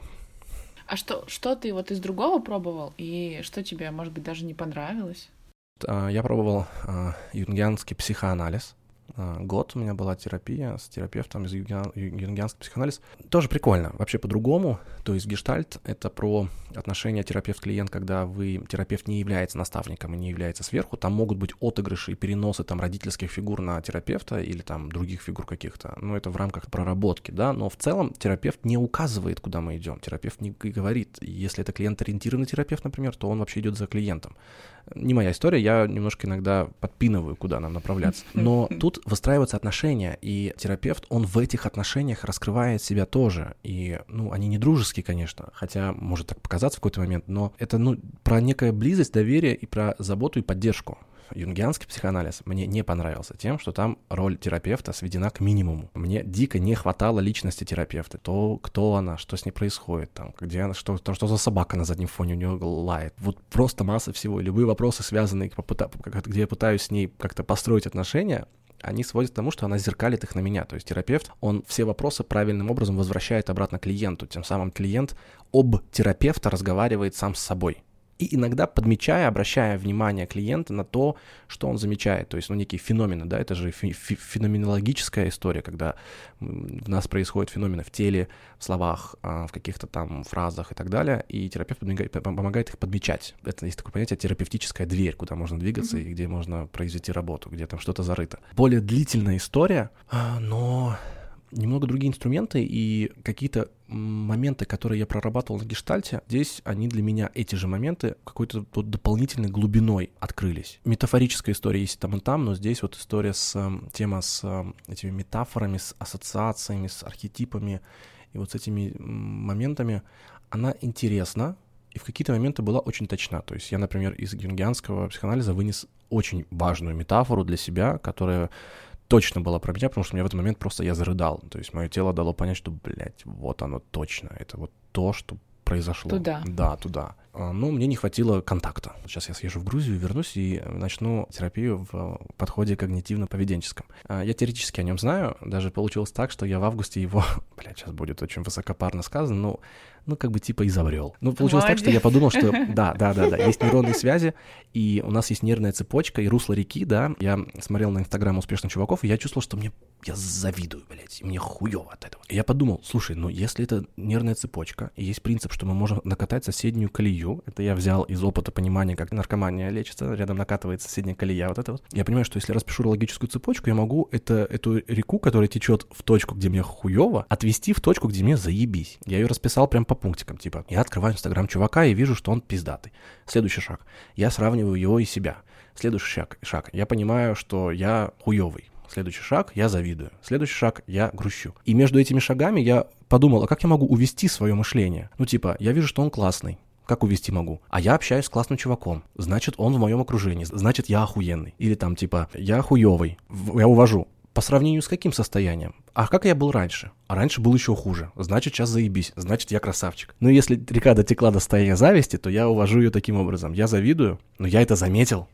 А что, что ты вот из другого пробовал, и что тебе, может быть, даже не понравилось? Я пробовал юнгианский психоанализ. Год у меня была терапия с терапевтом из юнгианский психоанализ. Тоже прикольно, вообще по-другому. То есть гештальт — это про отношения терапевт-клиент, когда вы, терапевт не является наставником и не является сверху. Там могут быть отыгрыши и переносы там родительских фигур на терапевта или там других фигур каких-то. Но это в рамках проработки, да. Но в целом терапевт не указывает, куда мы идем. Терапевт не говорит. Если это клиент-ориентированный терапевт, например, то он вообще идет за клиентом. Не моя история, я немножко иногда подпинываю, куда нам направляться. Но тут выстраиваются отношения, и терапевт, он в этих отношениях раскрывает себя тоже. И, ну, они не дружеские, конечно, хотя может так показаться в какой-то момент, но это, ну, про некую близость, доверие и про заботу и поддержку. Юнгианский психоанализ мне не понравился тем, что там роль терапевта сведена к минимуму. Мне дико не хватало личности терапевта. То, кто она, что с ней происходит, там, где она, что, то, что за собака на заднем фоне у нее лает. Вот просто масса всего. И любые вопросы, связанные, где я пытаюсь с ней как-то построить отношения, они сводят к тому, что она зеркалит их на меня. То есть терапевт, он все вопросы правильным образом возвращает обратно клиенту. Тем самым клиент об терапевта разговаривает сам с собой. И иногда подмечая, обращая внимание клиента на то, что он замечает. То есть, ну, некие феномены, да, это же фи- фи- феноменологическая история, когда в нас происходят феномены в теле, в словах, в каких-то там фразах и так далее, и терапевт помогает, помогает их подмечать. Это есть такое понятие терапевтическая дверь, куда можно двигаться mm-hmm. и где можно произвести работу, где там что-то зарыто. Более длительная история, но немного другие инструменты и какие-то моменты, которые я прорабатывал на гештальте, здесь они для меня, эти же моменты, какой-то вот дополнительной глубиной открылись. Метафорическая история есть там и там, но здесь вот история с, тема с этими метафорами, с ассоциациями, с архетипами и вот с этими моментами, она интересна и в какие-то моменты была очень точна. То есть я, например, из юнгианского психоанализа вынес очень важную метафору для себя, которая точно была про меня, потому что мне в этот момент просто я зарыдал. То есть мое тело дало понять, что, блядь, вот оно точно. Это вот то, что произошло. Туда. Да, туда. Но мне не хватило контакта. Сейчас я съезжу в Грузию, вернусь и начну терапию в подходе когнитивно-поведенческом. Я теоретически о нем знаю. Даже получилось так, что я в августе его... Блядь, сейчас будет очень высокопарно сказано, но ну, как бы типа изобрел. Ну, получилось Молодец. Так, что я подумал, что да, да, да, да, есть нейронные связи, и у нас есть нервная цепочка и русло реки, да. Я смотрел на Инстаграм успешных чуваков, и я чувствовал, что мне, я завидую, блядь, и мне хуёво от этого. И я подумал, слушай, ну, если это нервная цепочка, и есть принцип, что мы можем накатать соседнюю колею, это я взял из опыта понимания, как наркомания лечится, рядом накатывается соседняя колея, вот это вот. Я понимаю, что если распишу логическую цепочку, я могу это, эту реку, которая течет в точку, где мне хуёво, отвести в точку, где мне заебись. Я ее расписал прям по пунктикам, типа, я открываю Инстаграм чувака и вижу, что он пиздатый. Следующий шаг. Я сравниваю его и себя. Следующий шаг. шаг. Я понимаю, что я хуёвый. Следующий шаг. Я завидую. Следующий шаг. Я грущу. И между этими шагами я подумал, а как я могу увести свое мышление? Ну, типа, я вижу, что он классный. Как увести могу? А я общаюсь с классным чуваком. Значит, он в моем окружении. Значит, я охуенный. Или там, типа, я хуёвый. Я увожу. По сравнению с каким состоянием? А как я был раньше? А раньше был еще хуже. Значит, сейчас заебись. Значит, я красавчик. Но если река дотекла до состояния зависти, то я увожу ее таким образом. Я завидую, но я это заметил.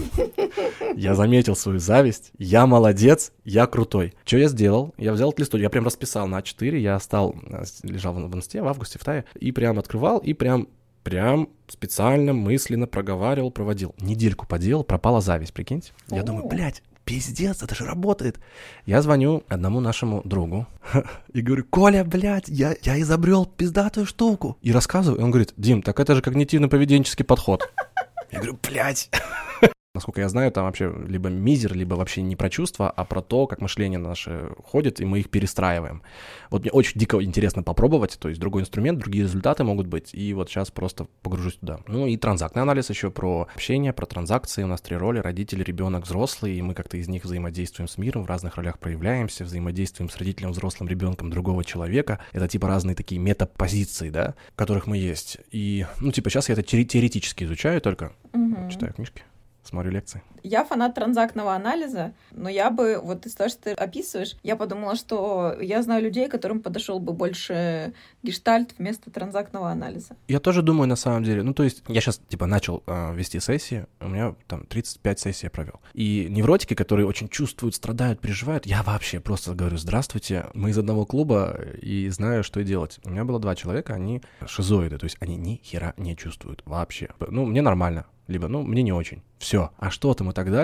Я заметил свою зависть. Я молодец, я крутой. Что я сделал? Я взял этот листок, я прям расписал на а четыре. Я стал, лежал в инсте в августе, в Тае, и прям открывал, и прям... Прям специально, мысленно проговаривал, проводил. Недельку поделал, пропала зависть, прикиньте. Я думаю, блядь, пиздец, это же работает. Я звоню одному нашему другу и говорю, Коля, блядь, я, я изобрел пиздатую штуку. И рассказываю, и он говорит, Дим, так это же когнитивно-поведенческий подход. Я говорю, блядь. Насколько я знаю, там вообще либо мизер, либо вообще не про чувства, а про то, как мышление наше ходит, и мы их перестраиваем. Вот мне очень дико интересно попробовать, то есть другой инструмент, другие результаты могут быть, и вот сейчас просто погружусь туда. Ну и транзактный анализ еще про общение, про транзакции. У нас три роли: родитель, ребенок, взрослый, и мы как-то из них взаимодействуем с миром, в разных ролях проявляемся, взаимодействуем с родителем, взрослым, ребенком другого человека. Это типа разные такие метапозиции, да, в которых мы есть. И, ну типа сейчас я это теоретически изучаю только, угу. Читаю книжки. Смотрю лекции. Я фанат транзактного анализа, но я бы, вот из того, что ты описываешь, я подумала, что я знаю людей, которым подошел бы больше гештальт вместо транзактного анализа. Я тоже думаю, на самом деле, ну, то есть я сейчас, типа, начал э, вести сессии, у меня там тридцать пять сессий я провел. И невротики, которые очень чувствуют, страдают, переживают, я вообще просто говорю, здравствуйте, мы из одного клуба и знаю, что делать. У меня было два человека, они шизоиды, то есть они ни хера не чувствуют вообще. Ну, мне нормально. Либо, ну, мне не очень. Все. А что там и так далее?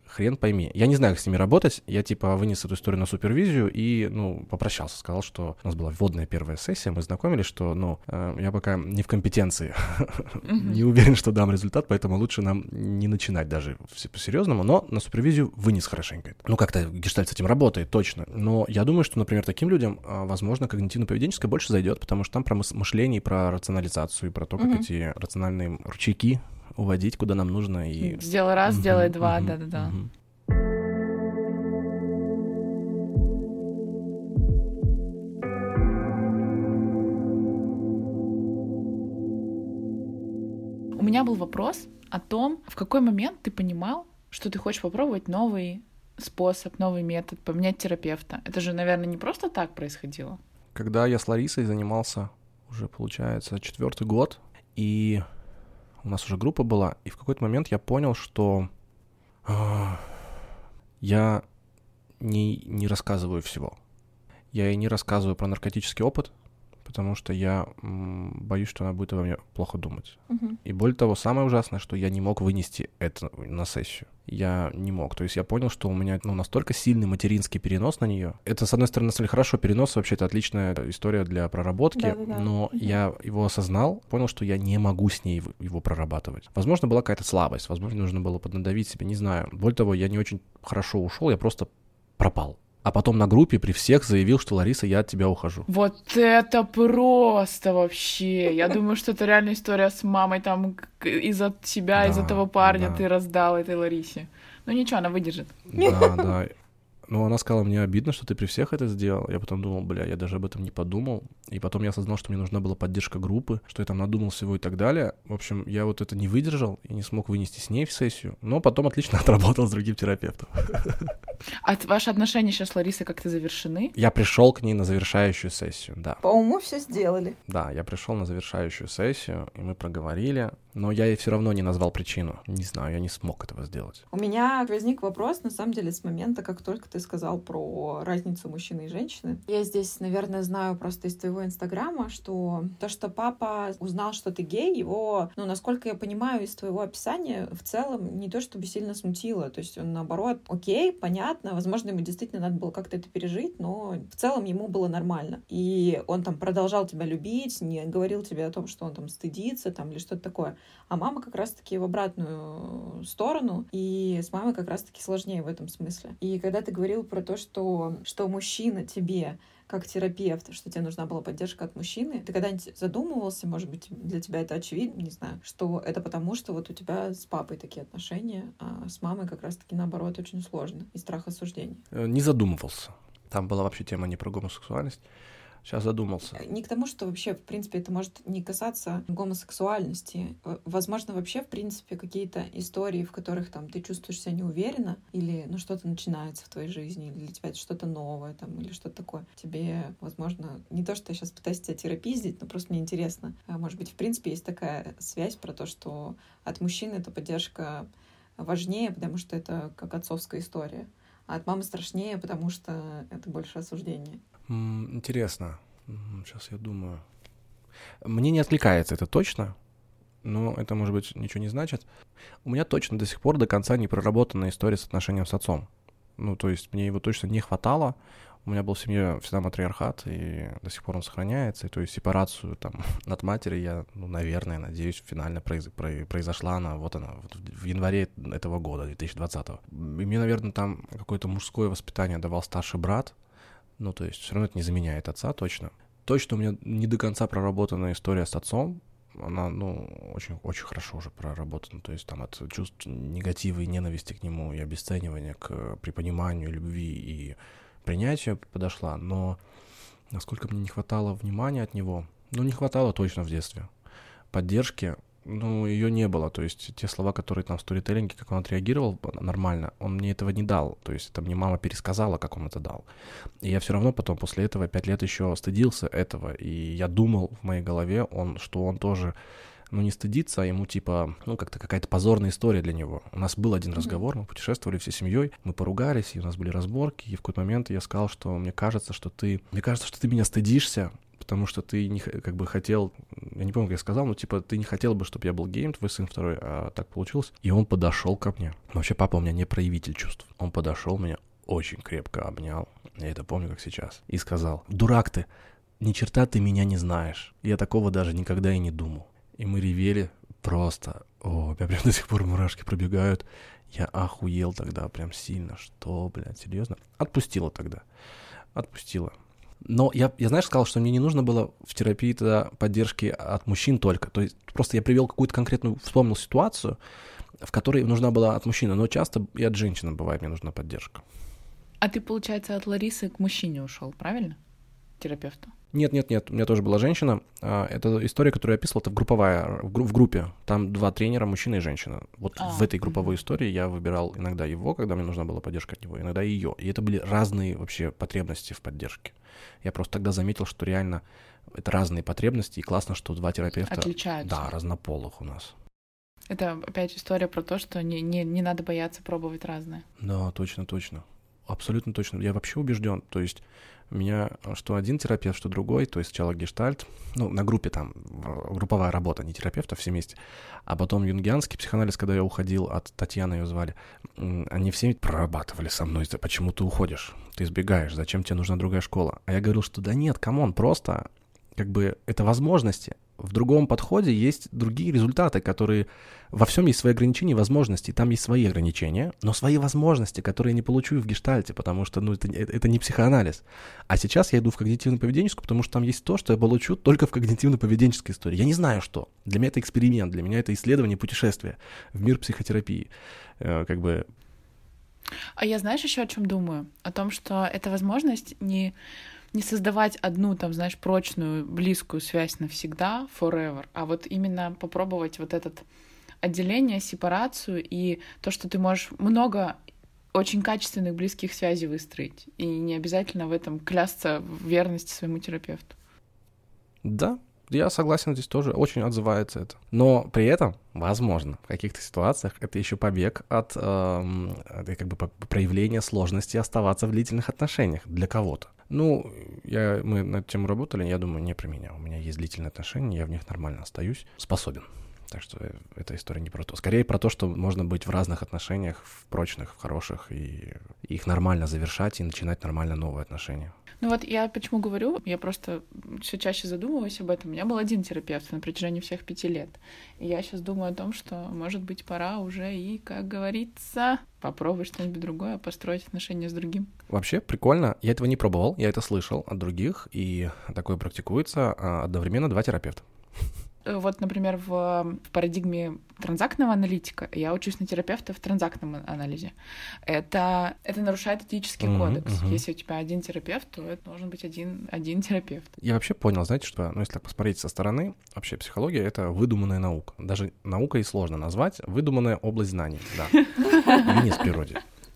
хрен пойми. Я не знаю, как с ними работать. Я, типа, вынес эту историю на супервизию и, ну, попрощался. Сказал, что у нас была вводная первая сессия, мы знакомились, что, ну, э, я пока не в компетенции. Не уверен, что дам результат, поэтому лучше нам не начинать даже по-серьезному, но на супервизию вынес хорошенько. Ну, как-то гештальт с этим работает, точно. Но я думаю, что, например, таким людям, возможно, когнитивно-поведенческое больше зайдет, потому что там про мышление, про рационализацию, про то, как mm-hmm. эти рациональные ручейки уводить, куда нам нужно. И... Сделай раз, mm-hmm. сделай два, mm-hmm. да-да-да. Mm-hmm. У меня был вопрос о том, в какой момент ты понимал, что ты хочешь попробовать новый способ, новый метод, поменять терапевта. Это же, наверное, не просто так происходило. Когда я с Ларисой занимался уже, получается, четвертый год, и у нас уже группа была, и в какой-то момент я понял, что э, я не, не рассказываю всего. Я ей не рассказываю про наркотический опыт, потому что я м, боюсь, что она будет обо мне плохо думать. Uh-huh. И более того, самое ужасное, что я не мог вынести это на сессию. Я не мог. То есть я понял, что у меня ну, настолько сильный материнский перенос на нее. Это, с одной стороны, на самом деле, хорошо. Перенос вообще это отличная история для проработки, да-да-да. Но uh-huh. я его осознал, понял, что я не могу с ней его прорабатывать. Возможно, была какая-то слабость, возможно, нужно было поднадавить себе, не знаю. Более того, я не очень хорошо ушел, я просто пропал. А потом на группе при всех заявил, что Лариса, я от тебя ухожу. Вот это просто вообще. Я думаю, что это реальная история с мамой. Там из-за тебя, да, из-за того парня да. ты раздал этой Ларисе. Ну ничего, она выдержит. Да, да. Ну, она сказала, мне обидно, что ты при всех это сделал. Я потом думал, бля, я даже об этом не подумал. И потом я осознал, что мне нужна была поддержка группы, что я там надумал всего и так далее. В общем, я вот это не выдержал и не смог вынести с ней в сессию. Но потом отлично отработал с другим терапевтом. А ваши отношения сейчас с Ларисой как-то завершены? Я пришел к ней на завершающую сессию, да. По уму все сделали. Да, я пришел на завершающую сессию, и мы проговорили. Но я ей все равно не назвал причину. Не знаю, я не смог этого сделать. У меня возник вопрос, на самом деле, с момента, как только ты сказал про разницу мужчины и женщины. Я здесь, наверное, знаю просто из твоего инстаграма, что то, что папа узнал, что ты гей, его, ну, насколько я понимаю из твоего описания, в целом не то чтобы сильно смутило. То есть он, наоборот, окей, понятно, возможно, ему действительно надо было как-то это пережить, но в целом ему было нормально. И он там продолжал тебя любить, не говорил тебе о том, что он там стыдится там или что-то такое. А мама как раз-таки в обратную сторону, и с мамой как раз-таки сложнее в этом смысле. И когда ты говорил про то, что, что мужчина тебе, как терапевт, что тебе нужна была поддержка от мужчины, ты когда-нибудь задумывался, может быть, для тебя это очевидно, не знаю, что это потому, что вот у тебя с папой такие отношения, а с мамой как раз-таки наоборот очень сложно, и страх осуждения? Не задумывался. Там была вообще тема не про гомосексуальность. Сейчас задумался. Не к тому, что вообще, в принципе, это может не касаться гомосексуальности. Возможно, вообще, в принципе, какие-то истории, в которых там ты чувствуешь себя неуверенно, или ну, что-то начинается в твоей жизни, или для тебя это что-то новое, там, или что-то такое. Тебе, возможно, не то, что я сейчас пытаюсь тебя терапиздить, но просто мне интересно. Может быть, в принципе, есть такая связь про то, что от мужчины эта поддержка важнее, потому что это как отцовская история. А от мамы страшнее, потому что это больше осуждение. Интересно. Сейчас я думаю. Мне не откликается это точно, но это, может быть, ничего не значит. У меня точно до сих пор до конца не проработана история с отношением с отцом. Ну, то есть мне его точно не хватало. У меня был в семье всегда матриархат, и до сих пор он сохраняется. И, то есть сепарацию там от матери я, ну, наверное, надеюсь, финально произ... произошла она, вот она, вот в январе этого года, две тысячи двадцатого. И мне, наверное, там какое-то мужское воспитание давал старший брат. Ну, то есть все равно это не заменяет отца, точно. Точно у меня не до конца проработанная история с отцом. Она, ну, очень, очень хорошо уже проработана. То есть там от чувств негатива и ненависти к нему, и обесценивания к припониманию, любви и принятию подошла. Но насколько мне не хватало внимания от него, ну, не хватало точно в детстве. Поддержки, ну, ее не было. То есть те слова, которые там в сторителлинге, как он отреагировал нормально, он мне этого не дал. То есть это мне мама пересказала, как он это дал. И я все равно потом после этого пять лет еще стыдился этого. И я думал в моей голове, он, что он тоже, ну, не стыдится, а ему типа, ну, как-то какая-то позорная история для него. У нас был один mm-hmm. разговор, мы путешествовали всей семьей, мы поругались, и у нас были разборки. И в какой-то момент я сказал, что мне кажется, что ты, мне кажется, что ты меня стыдишься, потому что ты не, как бы хотел, я не помню, как я сказал, но типа ты не хотел бы, чтобы я был геем, твой сын второй, а так получилось. И он подошел ко мне. Вообще папа у меня не проявитель чувств. Он подошел, меня очень крепко обнял, я это помню как сейчас, и сказал: дурак ты, ни черта ты меня не знаешь. Я такого даже никогда и не думал. И мы ревели просто, о, у меня прям до сих пор мурашки пробегают. Я охуел тогда прям сильно. Что, блядь, серьезно? Отпустила тогда. Отпустила. Но я, я, знаешь, сказал, что мне не нужно было в терапии тогда поддержки от мужчин только. То есть просто я привел какую-то конкретную, вспомнил ситуацию, в которой нужна была от мужчины. Но часто и от женщины бывает мне нужна поддержка. А ты, получается, от Ларисы к мужчине ушел, правильно? Терапевту? Нет, нет, нет, у меня тоже была женщина. Это история, которую я описывал, это групповая, в группе. Там два тренера, мужчина и женщина. Вот а, в этой групповой угу. истории я выбирал иногда его, когда мне нужна была поддержка от него, иногда ее. И это были разные вообще потребности в поддержке. Я просто тогда заметил, что реально это разные потребности, и классно, что два терапевта... Отличаются. Да, разнополых у нас. Это опять история про то, что не, не, не надо бояться пробовать разное. Да, точно, точно. Абсолютно точно. Я вообще убежден. То есть у меня что один терапевт, что другой, то есть сначала гештальт, ну, на группе там групповая работа, не терапевт, а все вместе. А потом юнгианский психоанализ, когда я уходил от Татьяны, ее звали, они все прорабатывали со мной, почему ты уходишь, ты избегаешь, зачем тебе нужна другая школа. А я говорил, что да нет, камон, просто как бы это возможности. В другом подходе есть другие результаты, которые... Во всем есть свои ограничения и возможности. Там есть свои ограничения, но свои возможности, которые я не получу в гештальте, потому что ну, это, это не психоанализ. А сейчас я иду в когнитивно-поведенческую, потому что там есть то, что я получу только в когнитивно-поведенческой истории. Я не знаю, что. Для меня это эксперимент, для меня это исследование, путешествие в мир психотерапии. Э, как бы... А я, знаешь, еще о чем думаю? О том, что это возможность не... не создавать одну, там, знаешь, прочную, близкую связь навсегда, forever, а вот именно попробовать вот это отделение, сепарацию и то, что ты можешь много очень качественных близких связей выстроить, и не обязательно в этом клясться в верности своему терапевту. Да, я согласен, здесь тоже очень отзывается это. Но при этом, возможно, в каких-то ситуациях это еще побег от э, как бы проявления сложности оставаться в длительных отношениях для кого-то. Ну, я, мы над этим работали, я думаю, не про меня. У меня есть длительные отношения, я в них нормально остаюсь, способен. Так что эта история не про то. Скорее про то, что можно быть в разных отношениях, в прочных, в хороших, и их нормально завершать и начинать нормально новые отношения. Ну вот я почему говорю, я просто все чаще задумываюсь об этом. У меня был один терапевт на протяжении всех пяти лет. И я сейчас думаю о том, что, может быть, пора уже и, как говорится, попробовать что-нибудь другое, построить отношения с другим. Вообще прикольно. Я этого не пробовал, я это слышал от других, и такое практикуется одновременно два терапевта. Вот, например, в, в парадигме транзактного аналитика я учусь на терапевта в транзактном анализе. Это, это нарушает этический uh-huh, кодекс. Uh-huh. Если у тебя один терапевт, то это должен быть один, один терапевт. Я вообще понял, знаете, что, ну, если так посмотреть со стороны, вообще психология — это выдуманная наука. Даже наукой сложно назвать. Выдуманная область знаний, да. Вниз в природе.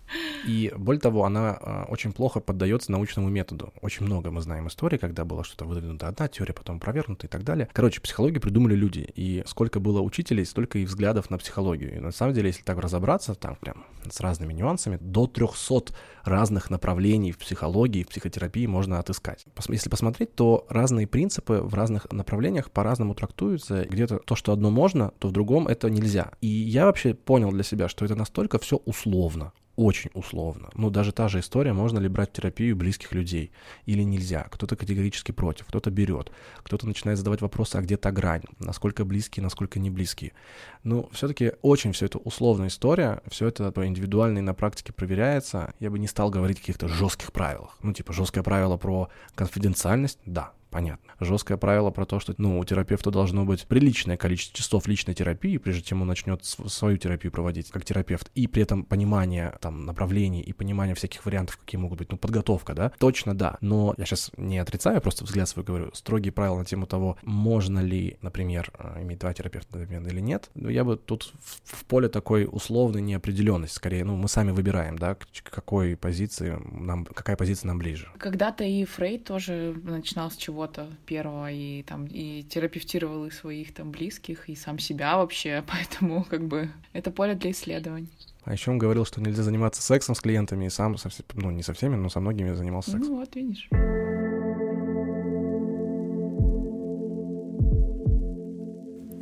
И более того, она э, очень плохо поддается научному методу. Очень много мы знаем историй, когда было что-то выдвинуто одна теория, потом опровергнута и так далее. Короче, психологию придумали люди. И сколько было учителей, столько и взглядов на психологию. И на самом деле, если так разобраться, там прям с разными нюансами, до трехсот разных направлений в психологии, в психотерапии можно отыскать. Если посмотреть, то разные принципы в разных направлениях по-разному трактуются. Где-то то, что одно можно, то в другом это нельзя. И я вообще понял для себя, что это настолько все условно. Очень условно. Ну, даже та же история, можно ли брать в терапию близких людей или нельзя. Кто-то категорически против, кто-то берет, кто-то начинает задавать вопросы, а где та грань, насколько близкие, насколько не близкие. Ну, все-таки очень все это условная история, все это индивидуально и на практике проверяется. Я бы не стал говорить о каких-то жестких правилах. Ну, типа, жесткое правило про конфиденциальность, да, понятно. Жесткое правило про то, что, ну, у терапевта должно быть приличное количество часов личной терапии, прежде чем он начнет свою терапию проводить как терапевт, и при этом понимание там направлений и понимание всяких вариантов, какие могут быть, ну, подготовка, да, точно да. Но я сейчас не отрицаю, просто взгляд свой говорю, строгие правила на тему того, можно ли, например, иметь два терапевта одновременно или нет, я бы тут в, в поле такой условной неопределенности, скорее, ну, мы сами выбираем, да, к какой позиции нам, какая позиция нам ближе. Когда-то и Фрейд тоже начинал с чего первого, и там и терапевтировал и своих там близких, и сам себя вообще, поэтому как бы это поле для исследований. А еще он говорил, что нельзя заниматься сексом с клиентами, и сам, со, ну, не со всеми, но со многими занимался сексом. Ну вот, видишь.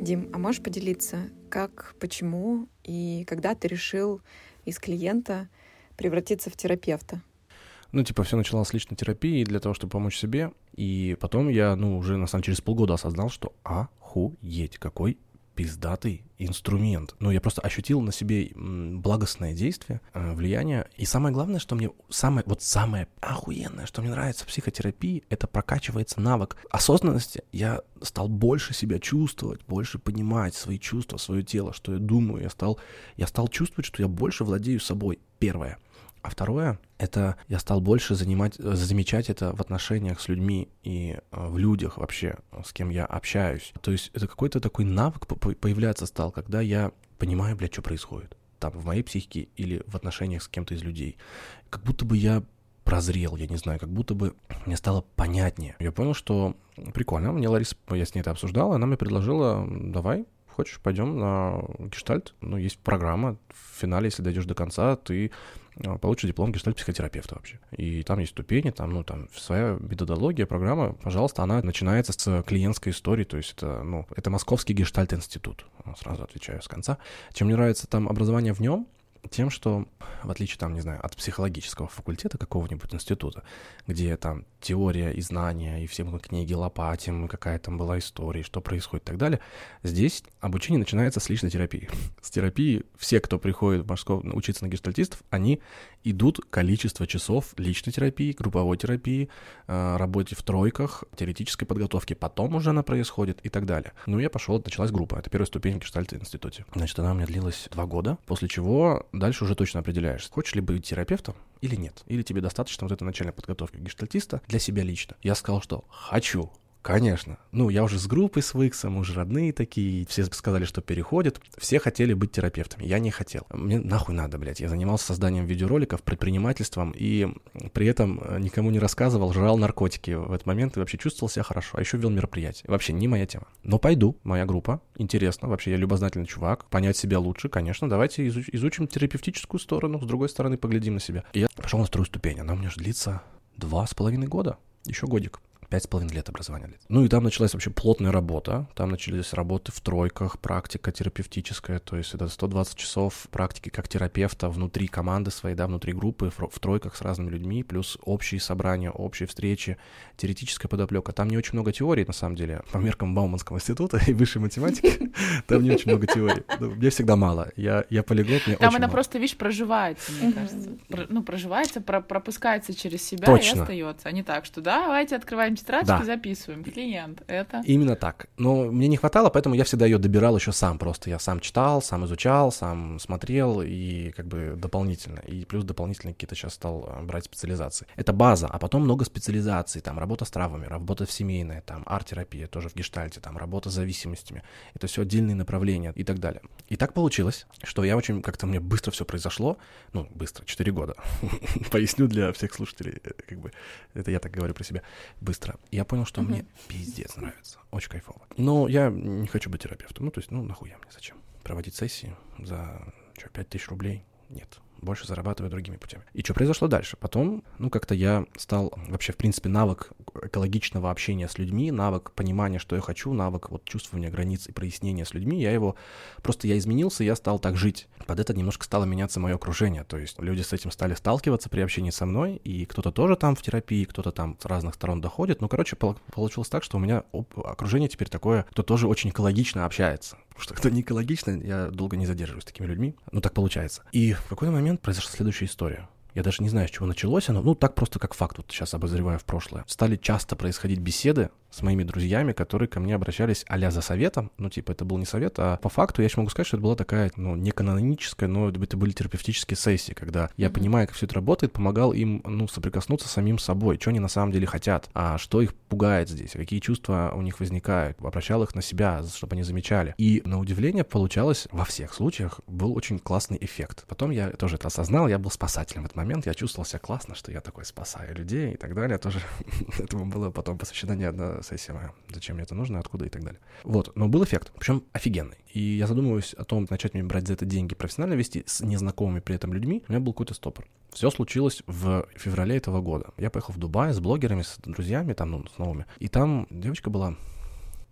Дим, а можешь поделиться, как, почему и когда ты решил из клиента превратиться в терапевта? Ну, типа, все началось с личной терапии для того, чтобы помочь себе. И потом я, ну, уже, на самом деле, через полгода осознал, что охуеть, какой пиздатый инструмент. Ну, я просто ощутил на себе благостное действие, влияние. И самое главное, что мне, самое, вот самое охуенное, что мне нравится в психотерапии, это прокачивается навык осознанности. Я стал больше себя чувствовать, больше понимать свои чувства, свое тело, что я думаю. Я стал, я стал чувствовать, что я больше владею собой. Первое. А второе, это я стал больше занимать, замечать это в отношениях с людьми и в людях вообще, с кем я общаюсь. То есть это какой-то такой навык появляться стал, когда я понимаю, блядь, что происходит там в моей психике или в отношениях с кем-то из людей. Как будто бы я прозрел, я не знаю, как будто бы мне стало понятнее. Я понял, что прикольно. Мне Лариса, я с ней это обсуждал, она мне предложила, давай, хочешь, пойдем на гештальт. Ну, есть программа. В финале, если дойдешь до конца, ты получишь диплом гештальт-психотерапевта вообще. И там есть ступени, там, ну, там своя методология, программа. Пожалуйста, она начинается с клиентской истории, то есть это, ну, это Московский гештальт-институт. Сразу отвечаю с конца. Чем мне нравится там образование в нем, тем, что, в отличие, там, не знаю, от психологического факультета какого-нибудь института, где там теория и знания, и все мы книги лопатим, какая там была история, что происходит и так далее, здесь обучение начинается с личной терапии. С терапии все, кто приходит в Москву учиться на гештальтистов, они идут количество часов личной терапии, групповой терапии, работе в тройках, теоретической подготовки, потом уже она происходит и так далее. Ну, я пошел, началась группа, это первая ступень в гештальт-институте. Значит, она у меня длилась два года, после чего дальше уже точно определяешь, хочешь ли быть терапевтом или нет. Или тебе достаточно вот этой начальной подготовки гештальтиста для себя лично. Я сказал, что хочу. Конечно. Ну, я уже с группой свыкся, мы уже родные такие, все сказали, что переходят. Все хотели быть терапевтами, я не хотел. Мне нахуй надо, блядь. Я занимался созданием видеороликов, предпринимательством, и при этом никому не рассказывал, жрал наркотики в этот момент и вообще чувствовал себя хорошо, а еще вел мероприятие. Вообще не моя тема. Но пойду, моя группа, интересно, вообще я любознательный чувак, понять себя лучше, конечно, давайте изуч- изучим терапевтическую сторону, с другой стороны поглядим на себя. И я пошел на вторую ступень, она у меня же длится два с половиной года, еще годик. Пять с половиной лет образования. Ну и там началась вообще плотная работа. Там начались работы в тройках, практика терапевтическая, то есть это сто двадцать часов практики как терапевта внутри команды своей, да, внутри группы, в тройках с разными людьми, плюс общие собрания, общие встречи, теоретическая подоплека. Там не очень много теорий, на самом деле, по меркам Бауманского института и высшей математики, там не очень много теорий. Мне всегда мало. Я полиглот, мне очень мало. Там она просто, видишь, проживается, мне кажется. Ну, проживается, пропускается через себя и остается. А не так, что давайте открываем тетрадочки, да. Записываем. Клиент. Это... Именно так. Но мне не хватало, поэтому я всегда ее добирал еще сам. Просто я сам читал, сам изучал, сам смотрел и как бы дополнительно. И плюс дополнительно какие-то сейчас стал брать специализации. Это база, а потом много специализаций. Там работа с травмами, работа семейная, там арт-терапия, тоже в гештальте, там работа с зависимостями. Это все отдельные направления и так далее. И так получилось, что я очень, как-то мне быстро все произошло. Ну, быстро, четыре года. Поясню для всех слушателей, как бы, это я так говорю про себя. Быстро. Я понял, что uh-huh. мне пиздец нравится. Очень кайфово. Но я не хочу быть терапевтом. Ну, то есть, ну, нахуя мне, зачем? Проводить сессии за, что, пять тысяч рублей? Нет. Больше зарабатываю другими путями. И что произошло дальше? Потом, ну, как-то я стал, вообще, в принципе, навык экологичного общения с людьми, навык понимания, что я хочу, навык вот чувствования границ и прояснения с людьми, я его, просто я изменился, я стал так жить. Под это немножко стало меняться мое окружение, то есть люди с этим стали сталкиваться при общении со мной, и кто-то тоже там в терапии, кто-то там с разных сторон доходит. Ну, короче, получилось так, что у меня окружение теперь такое, кто тоже очень экологично общается. Потому что кто не экологично, я долго не задерживаюсь с такими людьми. Ну, так получается. И в какой-то момент произошла следующая история. Я даже не знаю, с чего началось оно, ну, так просто как факт, вот сейчас обозреваю в прошлое. Стали часто происходить беседы с моими друзьями, которые ко мне обращались а-ля за советом, ну, типа, это был не совет, а по факту я еще могу сказать, что это была такая, ну, не каноническая, но это были терапевтические сессии, когда я, mm-hmm. понимая, как все это работает, помогал им, ну, соприкоснуться с самим собой, что они на самом деле хотят, а что их пугает здесь, какие чувства у них возникают, обращал их на себя, чтобы они замечали. И, на удивление, получалось, во всех случаях был очень классный эффект. Потом я тоже это осознал, я был спасателем в этот момент, я чувствовал себя классно, что я такой спасаю людей и так далее, тоже этому было потом посвящена не одна сессия моя, зачем мне это нужно, откуда и так далее. Вот, но был эффект, причем офигенный. И я задумываюсь о том, начать мне брать за это деньги, профессионально вести с незнакомыми при этом людьми, у меня был какой-то стопор. Все случилось в феврале этого года. Я поехал в Дубай с блогерами, с друзьями, там, ну, с новыми. И там девочка была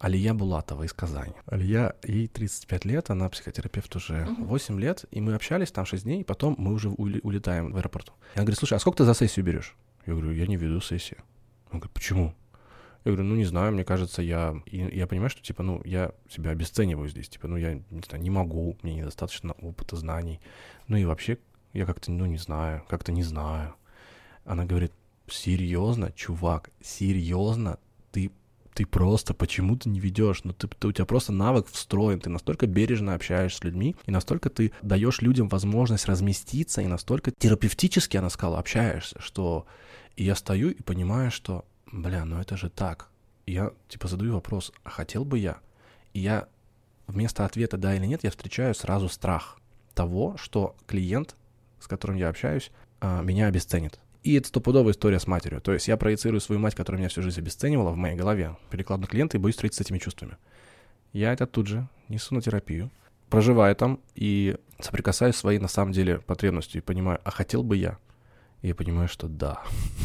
Алия Булатова из Казани. Алия, ей тридцать пять лет, она психотерапевт уже uh-huh. восемь лет, и мы общались там шесть дней, и потом мы уже улетаем в аэропорт. Она говорит, слушай, а сколько ты за сессию берешь? Я говорю, я не веду сессию. Она говорит, почему? Я говорю, ну, не знаю, мне кажется, я... И я понимаю, что, типа, ну, я себя обесцениваю здесь. Типа, ну, я, не знаю, не могу, мне недостаточно опыта, знаний. Ну, и вообще, я как-то, ну, не знаю, как-то не знаю. Она говорит, серьезно, чувак, серьезно, ты, ты просто почему-то не ведешь, ну, ты, ты, у тебя просто навык встроен, ты настолько бережно общаешься с людьми, и настолько ты даешь людям возможность разместиться, и настолько терапевтически, она сказала, общаешься, что... И я стою и понимаю, что... Бля, ну это же так. И я, типа, задаю вопрос, а хотел бы я? И я вместо ответа «да» или «нет» я встречаю сразу страх того, что клиент, с которым я общаюсь, меня обесценит. И это стопудовая история с матерью. То есть я проецирую свою мать, которая меня всю жизнь обесценивала в моей голове, перекладу на клиента и боюсь встретиться с этими чувствами. Я это тут же несу на терапию, проживаю там и соприкасаюсь с своей, на самом деле, потребностью и понимаю, а хотел бы я? И я понимаю, что да,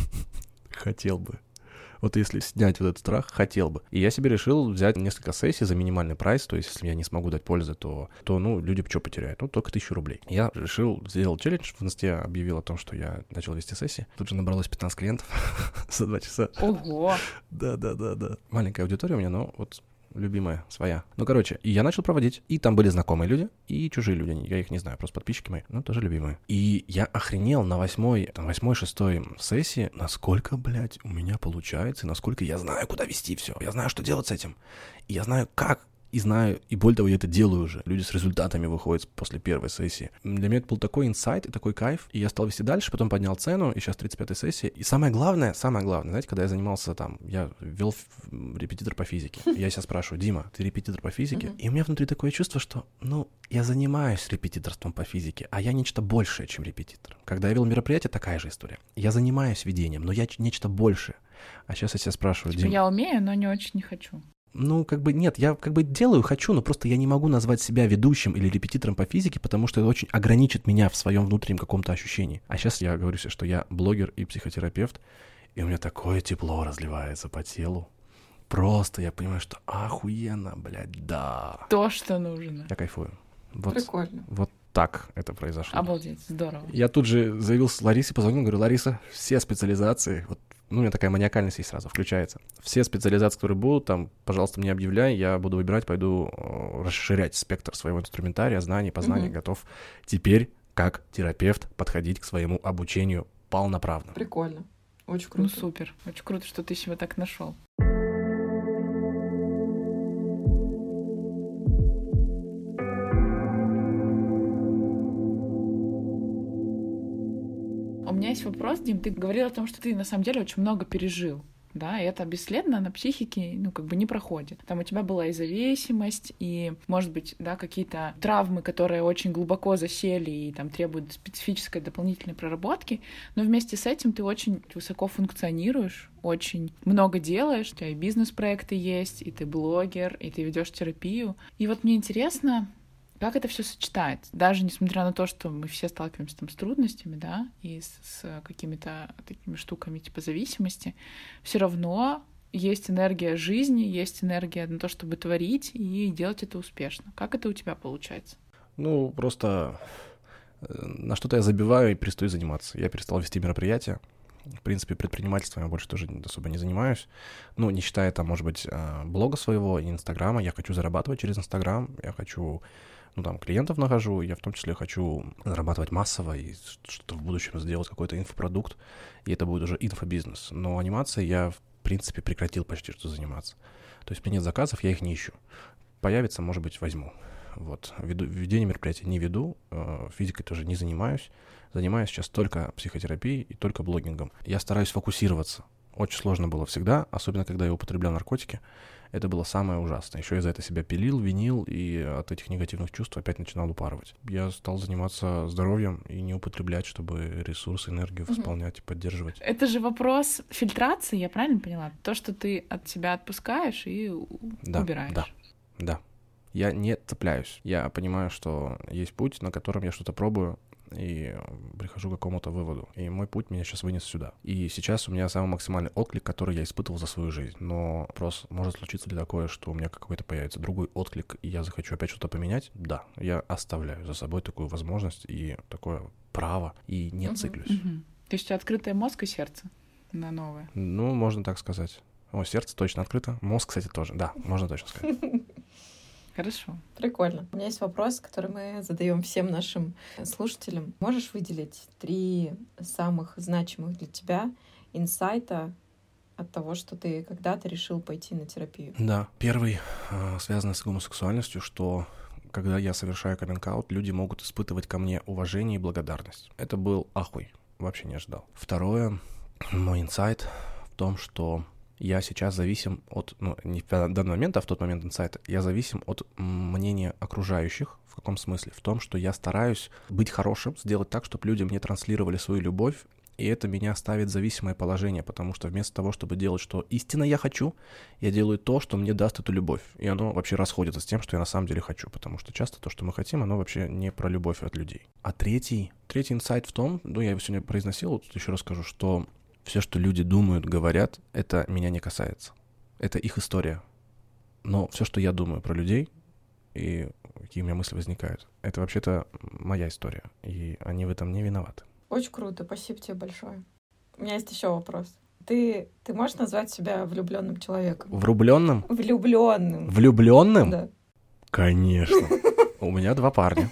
хотел бы. Вот если снять вот этот страх, хотел бы. И я себе решил взять несколько сессий за минимальный прайс, то есть если я не смогу дать пользы, то, то ну, люди что потеряют? Ну, только тысячу рублей. Я решил, сделал челлендж, в инсте объявил о том, что я начал вести сессии. Тут же набралось пятнадцать клиентов за два часа. Ого! Да-да-да-да. Маленькая аудитория у меня, но вот... любимая, своя. Ну, короче, и я начал проводить. И там были знакомые люди, и чужие люди. Я их не знаю, просто подписчики мои, но тоже любимые. И я охренел на восьмой, там, восьмой, шестой сессии, насколько, блядь, у меня получается, и насколько я знаю, куда вести все. Я знаю, что делать с этим. И я знаю, как. И знаю, и более того, я это делаю уже. Люди с результатами выходят после первой сессии. Для меня это был такой инсайт и такой кайф. И я стал вести дальше, потом поднял цену, и сейчас тридцать пятая сессия. И самое главное, самое главное, знаете, когда я занимался там, я вел репетитор по физике. И я себя спрашиваю, Дима, ты репетитор по физике? И у меня внутри такое чувство, что, ну, я занимаюсь репетиторством по физике, а я нечто большее, чем репетитор. Когда я вел мероприятие, такая же история. Я занимаюсь ведением, но я нечто большее. А сейчас я себя спрашиваю, типа Дима... я умею, но не очень не хочу. Ну, как бы нет, я как бы делаю, хочу, но просто я не могу назвать себя ведущим или репетитором по физике, потому что это очень ограничит меня в своем внутреннем каком-то ощущении. А сейчас я говорю себе, что я блогер и психотерапевт, и у меня такое тепло разливается по телу. Просто я понимаю, что охуенно, блядь, да. То, что нужно. Я кайфую. Вот, прикольно. Вот так это произошло. Обалдеть, здорово. Я тут же заявил Ларисе, позвонил, говорю, Лариса, все специализации, вот, ну, у меня такая маниакальность есть сразу, включается. Все специализации, которые будут, там, пожалуйста, мне объявляй, я буду выбирать, пойду расширять спектр своего инструментария, знаний, познаний, mm-hmm. готов теперь, как терапевт, подходить к своему обучению полноправно. Прикольно, очень круто. Ну, супер, очень круто, что ты себя так нашел. У меня есть вопрос, Дим, ты говорил о том, что ты на самом деле очень много пережил, да, и это бесследно на психике, ну, как бы не проходит. Там у тебя была и зависимость, и, может быть, да, какие-то травмы, которые очень глубоко засели и там требуют специфической дополнительной проработки, но вместе с этим ты очень высоко функционируешь, очень много делаешь, у тебя и бизнес-проекты есть, и ты блогер, и ты ведешь терапию. И вот мне интересно, как это все сочетается, даже несмотря на то, что мы все сталкиваемся там с трудностями, да, и с, с какими-то такими штуками типа зависимости, все равно есть энергия жизни, есть энергия на то, чтобы творить и делать это успешно. Как это у тебя получается? Ну, просто на что-то я забиваю и перестаю заниматься. Я перестал вести мероприятия. В принципе, предпринимательством я больше тоже особо не занимаюсь. Ну, не считая там, может быть, блога своего и Инстаграма. Я хочу зарабатывать через Инстаграм, я хочу... Ну, там, клиентов нахожу, я в том числе хочу зарабатывать массово и что-то в будущем сделать, какой-то инфопродукт, и это будет уже инфобизнес. Но анимацией я, в принципе, прекратил почти что заниматься. То есть у меня нет заказов, я их не ищу. Появится, может быть, возьму. Вот. Веду, ведение мероприятий не веду, физикой тоже не занимаюсь. Занимаюсь сейчас только психотерапией и только блогингом. Я стараюсь фокусироваться. Очень сложно было всегда, особенно когда я употреблял наркотики. Это было самое ужасное. Еще я за это себя пилил, винил, и от этих негативных чувств опять начинал упарывать. Я стал заниматься здоровьем и не употреблять, чтобы ресурс, энергию восполнять и поддерживать. Это же вопрос фильтрации, я правильно поняла? То, что ты от себя отпускаешь и да, убираешь. Да, да. Я не цепляюсь. Я понимаю, что есть путь, на котором я что-то пробую, и прихожу к какому-то выводу. И мой путь меня сейчас вынес сюда. И сейчас у меня самый максимальный отклик, который я испытывал за свою жизнь. Но вопрос, может случиться ли такое, что у меня какой-то появится другой отклик, и я захочу опять что-то поменять? Да, я оставляю за собой такую возможность и такое право, и не угу, циклюсь. Угу. То есть открытое мозг и сердце на новое? Ну, можно так сказать. О, сердце точно открыто. Мозг, кстати, тоже. Да, можно точно сказать. Хорошо. Прикольно. У меня есть вопрос, который мы задаем всем нашим слушателям. Можешь выделить три самых значимых для тебя инсайта от того, что ты когда-то решил пойти на терапию? Да. Первый, связанный с гомосексуальностью, что когда я совершаю каминг-аут, люди могут испытывать ко мне уважение и благодарность. Это был ахуй. Вообще не ожидал. Второе, мой инсайт в том, что я сейчас зависим от, ну, не в данный момент, а в тот момент инсайта, я зависим от мнения окружающих. В каком смысле? В том, что я стараюсь быть хорошим, сделать так, чтобы люди мне транслировали свою любовь, и это меня ставит в зависимое положение, потому что вместо того, чтобы делать, что истинно я хочу, я делаю то, что мне даст эту любовь. И оно вообще расходится с тем, что я на самом деле хочу, потому что часто то, что мы хотим, оно вообще не про любовь от людей. А третий, третий инсайт в том, ну, я его сегодня произносил, вот еще раз скажу, что все, что люди думают, говорят, это меня не касается. Это их история. Но все, что я думаю про людей и какие у меня мысли возникают, это вообще-то моя история. И они в этом не виноваты. Очень круто, спасибо тебе большое. У меня есть еще вопрос. Ты, ты можешь назвать себя влюбленным человеком? Врубленным? Влюбленным. Влюбленным? Да. Конечно. У меня два парня.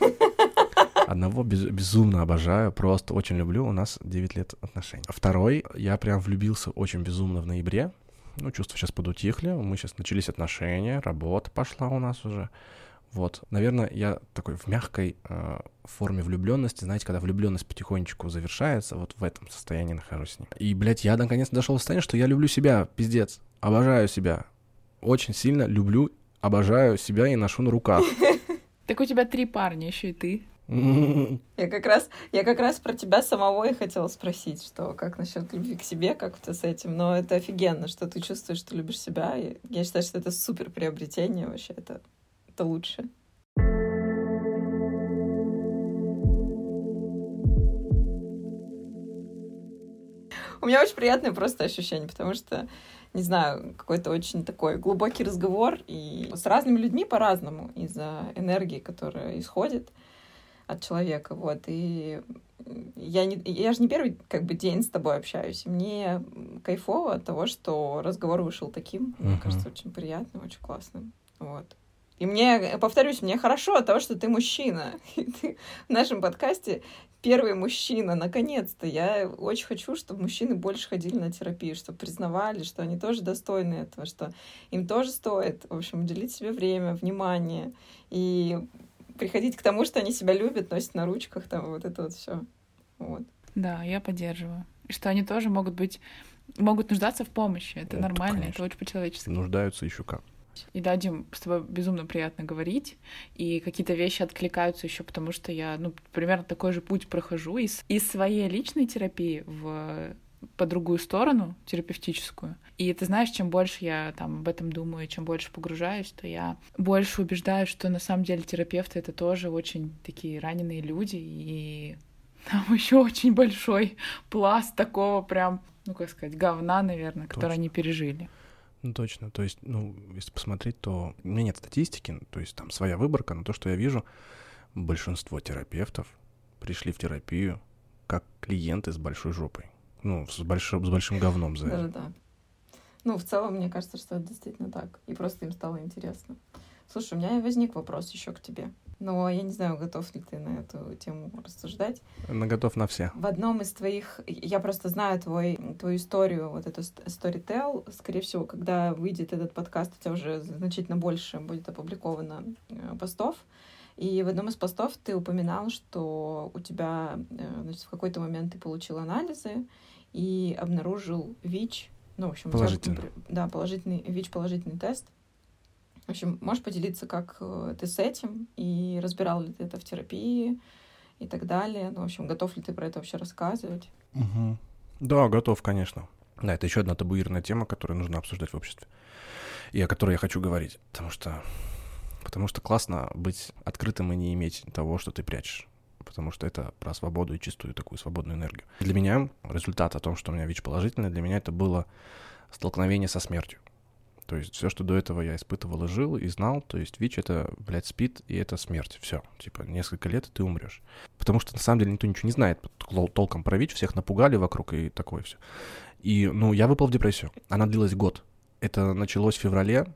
Одного без, безумно обожаю, просто очень люблю, у нас девять лет отношений. А второй, я прям влюбился очень безумно в ноябре, ну, чувства сейчас подутихли, мы сейчас начались отношения, работа пошла у нас уже, вот. Наверное, я такой в мягкой э, форме влюбленности, знаете, когда влюбленность потихонечку завершается, вот в этом состоянии нахожусь с ним. И, блядь, я наконец дошел до состояния, что я люблю себя, пиздец, обожаю себя, очень сильно люблю, обожаю себя и ношу на руках. Так у тебя три парня, еще и ты. Я как раз, я как раз про тебя самого и хотела спросить, что как насчет любви к себе, как у тебя с этим. Но это офигенно, что ты чувствуешь, что любишь себя. И я считаю, что это супер приобретение вообще. Это, это лучше. У меня очень приятное просто ощущение, потому что, не знаю, какой-то очень такой глубокий разговор, и с разными людьми по-разному из-за энергии, которая исходит от человека, вот, и я, не, я же не первый, как бы, день с тобой общаюсь, и мне кайфово от того, что разговор вышел таким, мне uh-huh. кажется, очень приятным, очень классным, вот. И мне, повторюсь, мне хорошо от того, что ты мужчина, и ты в нашем подкасте первый мужчина, наконец-то. Я очень хочу, чтобы мужчины больше ходили на терапию, чтобы признавали, что они тоже достойны этого, что им тоже стоит, в общем, уделить себе время, внимание, и приходить к тому, что они себя любят, носят на ручках, там, вот это вот все. Вот. Да, я поддерживаю. И что они тоже могут быть, могут нуждаться в помощи. Это, это нормально, конечно. Это очень по-человечески. Нуждаются еще как. И да, Дим, с тобой безумно приятно говорить, и какие-то вещи откликаются еще, потому что я, ну, примерно такой же путь прохожу из, из своей личной терапии в по другую сторону, терапевтическую. И ты знаешь, чем больше я там об этом думаю, чем больше погружаюсь, то я больше убеждаюсь, что на самом деле терапевты — это тоже очень такие раненые люди, и там еще очень большой пласт такого прям, ну, как сказать, говна, наверное, который Точно. Они пережили. Ну, точно. То есть, ну, если посмотреть, то у меня нет статистики, то есть там своя выборка, но то, что я вижу, большинство терапевтов пришли в терапию как клиенты с большой жопой. Ну, с большим, с большим говном за это. Даже да. Ну, в целом, мне кажется, что это действительно так. И просто им стало интересно. Слушай, у меня возник вопрос еще к тебе. Но я не знаю, готов ли ты на эту тему рассуждать. На готов на все. В одном из твоих... Я просто знаю твой, твою историю, вот эту Storytel. Скорее всего, когда выйдет этот подкаст, у тебя уже значительно больше будет опубликовано постов. И в одном из постов ты упоминал, что у тебя, значит, в какой-то момент ты получил анализы и обнаружил ВИЧ. Ну, в общем, положительный. Тебя, да, положительный, ВИЧ положительный тест. В общем, можешь поделиться, как ты с этим, и разбирал ли ты это в терапии и так далее. Ну, в общем, готов ли ты про это вообще рассказывать? Угу. Да, готов, конечно. Да, это еще одна табуированная тема, которую нужно обсуждать в обществе. И о которой я хочу говорить. Потому что, потому что классно быть открытым и не иметь того, что ты прячешь. потому что это про свободу и чистую такую свободную энергию. Для меня результат о том, что у меня ВИЧ положительный, для меня это было столкновение со смертью. То есть все, что до этого я испытывал и жил, и знал, то есть ВИЧ — это, блядь, СПИД, и это смерть. Все, типа, несколько лет, и ты умрешь. Потому что, на самом деле, никто ничего не знает толком про ВИЧ, всех напугали вокруг, и такое все. И, ну, я выпал в депрессию. Она длилась год. Это началось в феврале,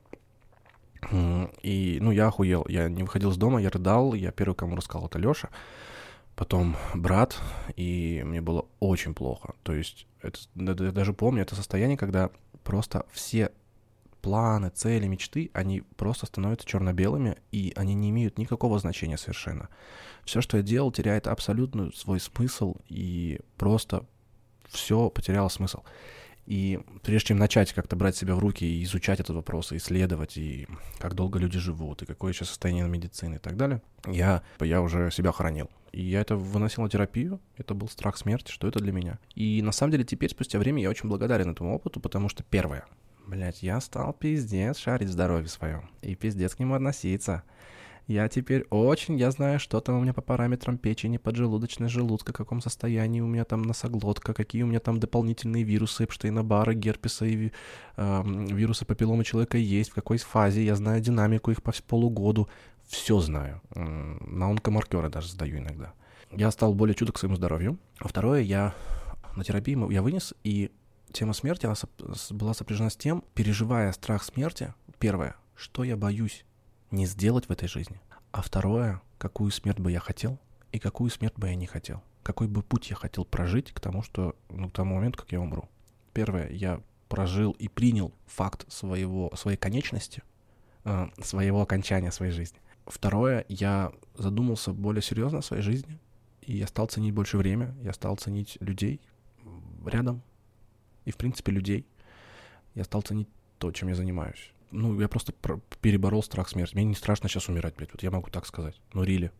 и, ну, я охуел. Я не выходил из дома, я рыдал, я первый, кому рассказал, это Лёша, потом брат, и мне было очень плохо. То есть, это, я даже помню это состояние, когда просто все планы, цели, мечты, они просто становятся черно-белыми, и они не имеют никакого значения совершенно. Все, что я делал, теряет абсолютно свой смысл, и просто все потеряло смысл. И прежде чем начать как-то брать себя в руки и изучать этот вопрос, и исследовать, и как долго люди живут, и какое сейчас состояние медицины и так далее, я, я уже себя хоронил. И я это выносил на терапию, это был страх смерти, что это для меня. И на самом деле теперь, спустя время, я очень благодарен этому опыту, потому что, первое, блять, я стал пиздец шарить в здоровье своем и пиздец к нему относиться. Я теперь очень, я знаю, что там у меня по параметрам печени, поджелудочной, желудка, в каком состоянии у меня там носоглотка, какие у меня там дополнительные вирусы Эпштейна-Барра, герпеса и э, вирусы папилломы человека есть, в какой фазе, я знаю динамику их по полугоду, все знаю. На онкомаркеры даже сдаю иногда. Я стал более чуток к своему здоровью. А второе, я на терапии я вынес, и тема смерти она была сопряжена с тем, переживая страх смерти, первое, что я боюсь не сделать в этой жизни, а второе, какую смерть бы я хотел и какую смерть бы я не хотел, какой бы путь я хотел прожить к тому, что, ну, к тому моменту, как я умру. Первое, я прожил и принял факт своего, своей конечности, э, своего окончания своей жизни. Второе, я задумался более серьезно о своей жизни, и я стал ценить больше время, я стал ценить людей рядом, и, в принципе, людей. Я стал ценить то, чем я занимаюсь. Ну, я просто про- переборол страх смерти. Мне не страшно сейчас умирать, блядь, вот я могу так сказать. Ну, рили.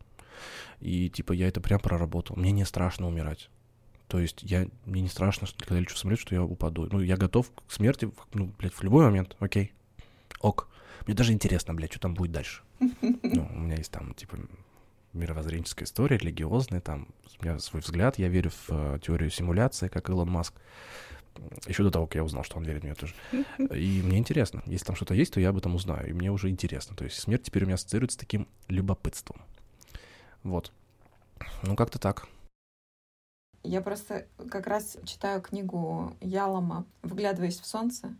И, типа, я это прям проработал. Мне не страшно умирать. То есть я, мне не страшно, что, когда я лечу в самолет, что я упаду. Ну, я готов к смерти, ну, блядь, в любой момент. Окей. Ок. Мне даже интересно, блядь, что там будет дальше. Ну, у меня есть там, типа, мировоззренческая история, религиозная, там, у меня свой взгляд. Я верю в uh, теорию симуляции, как Илон Маск. Еще до того, как я узнал, что он верит в меня тоже. И мне интересно. Если там что-то есть, то я об этом узнаю. И мне уже интересно. То есть смерть теперь у меня ассоциируется с таким любопытством. Вот. Ну, как-то так. Я просто как раз читаю книгу Ялома «Вглядываясь в солнце»,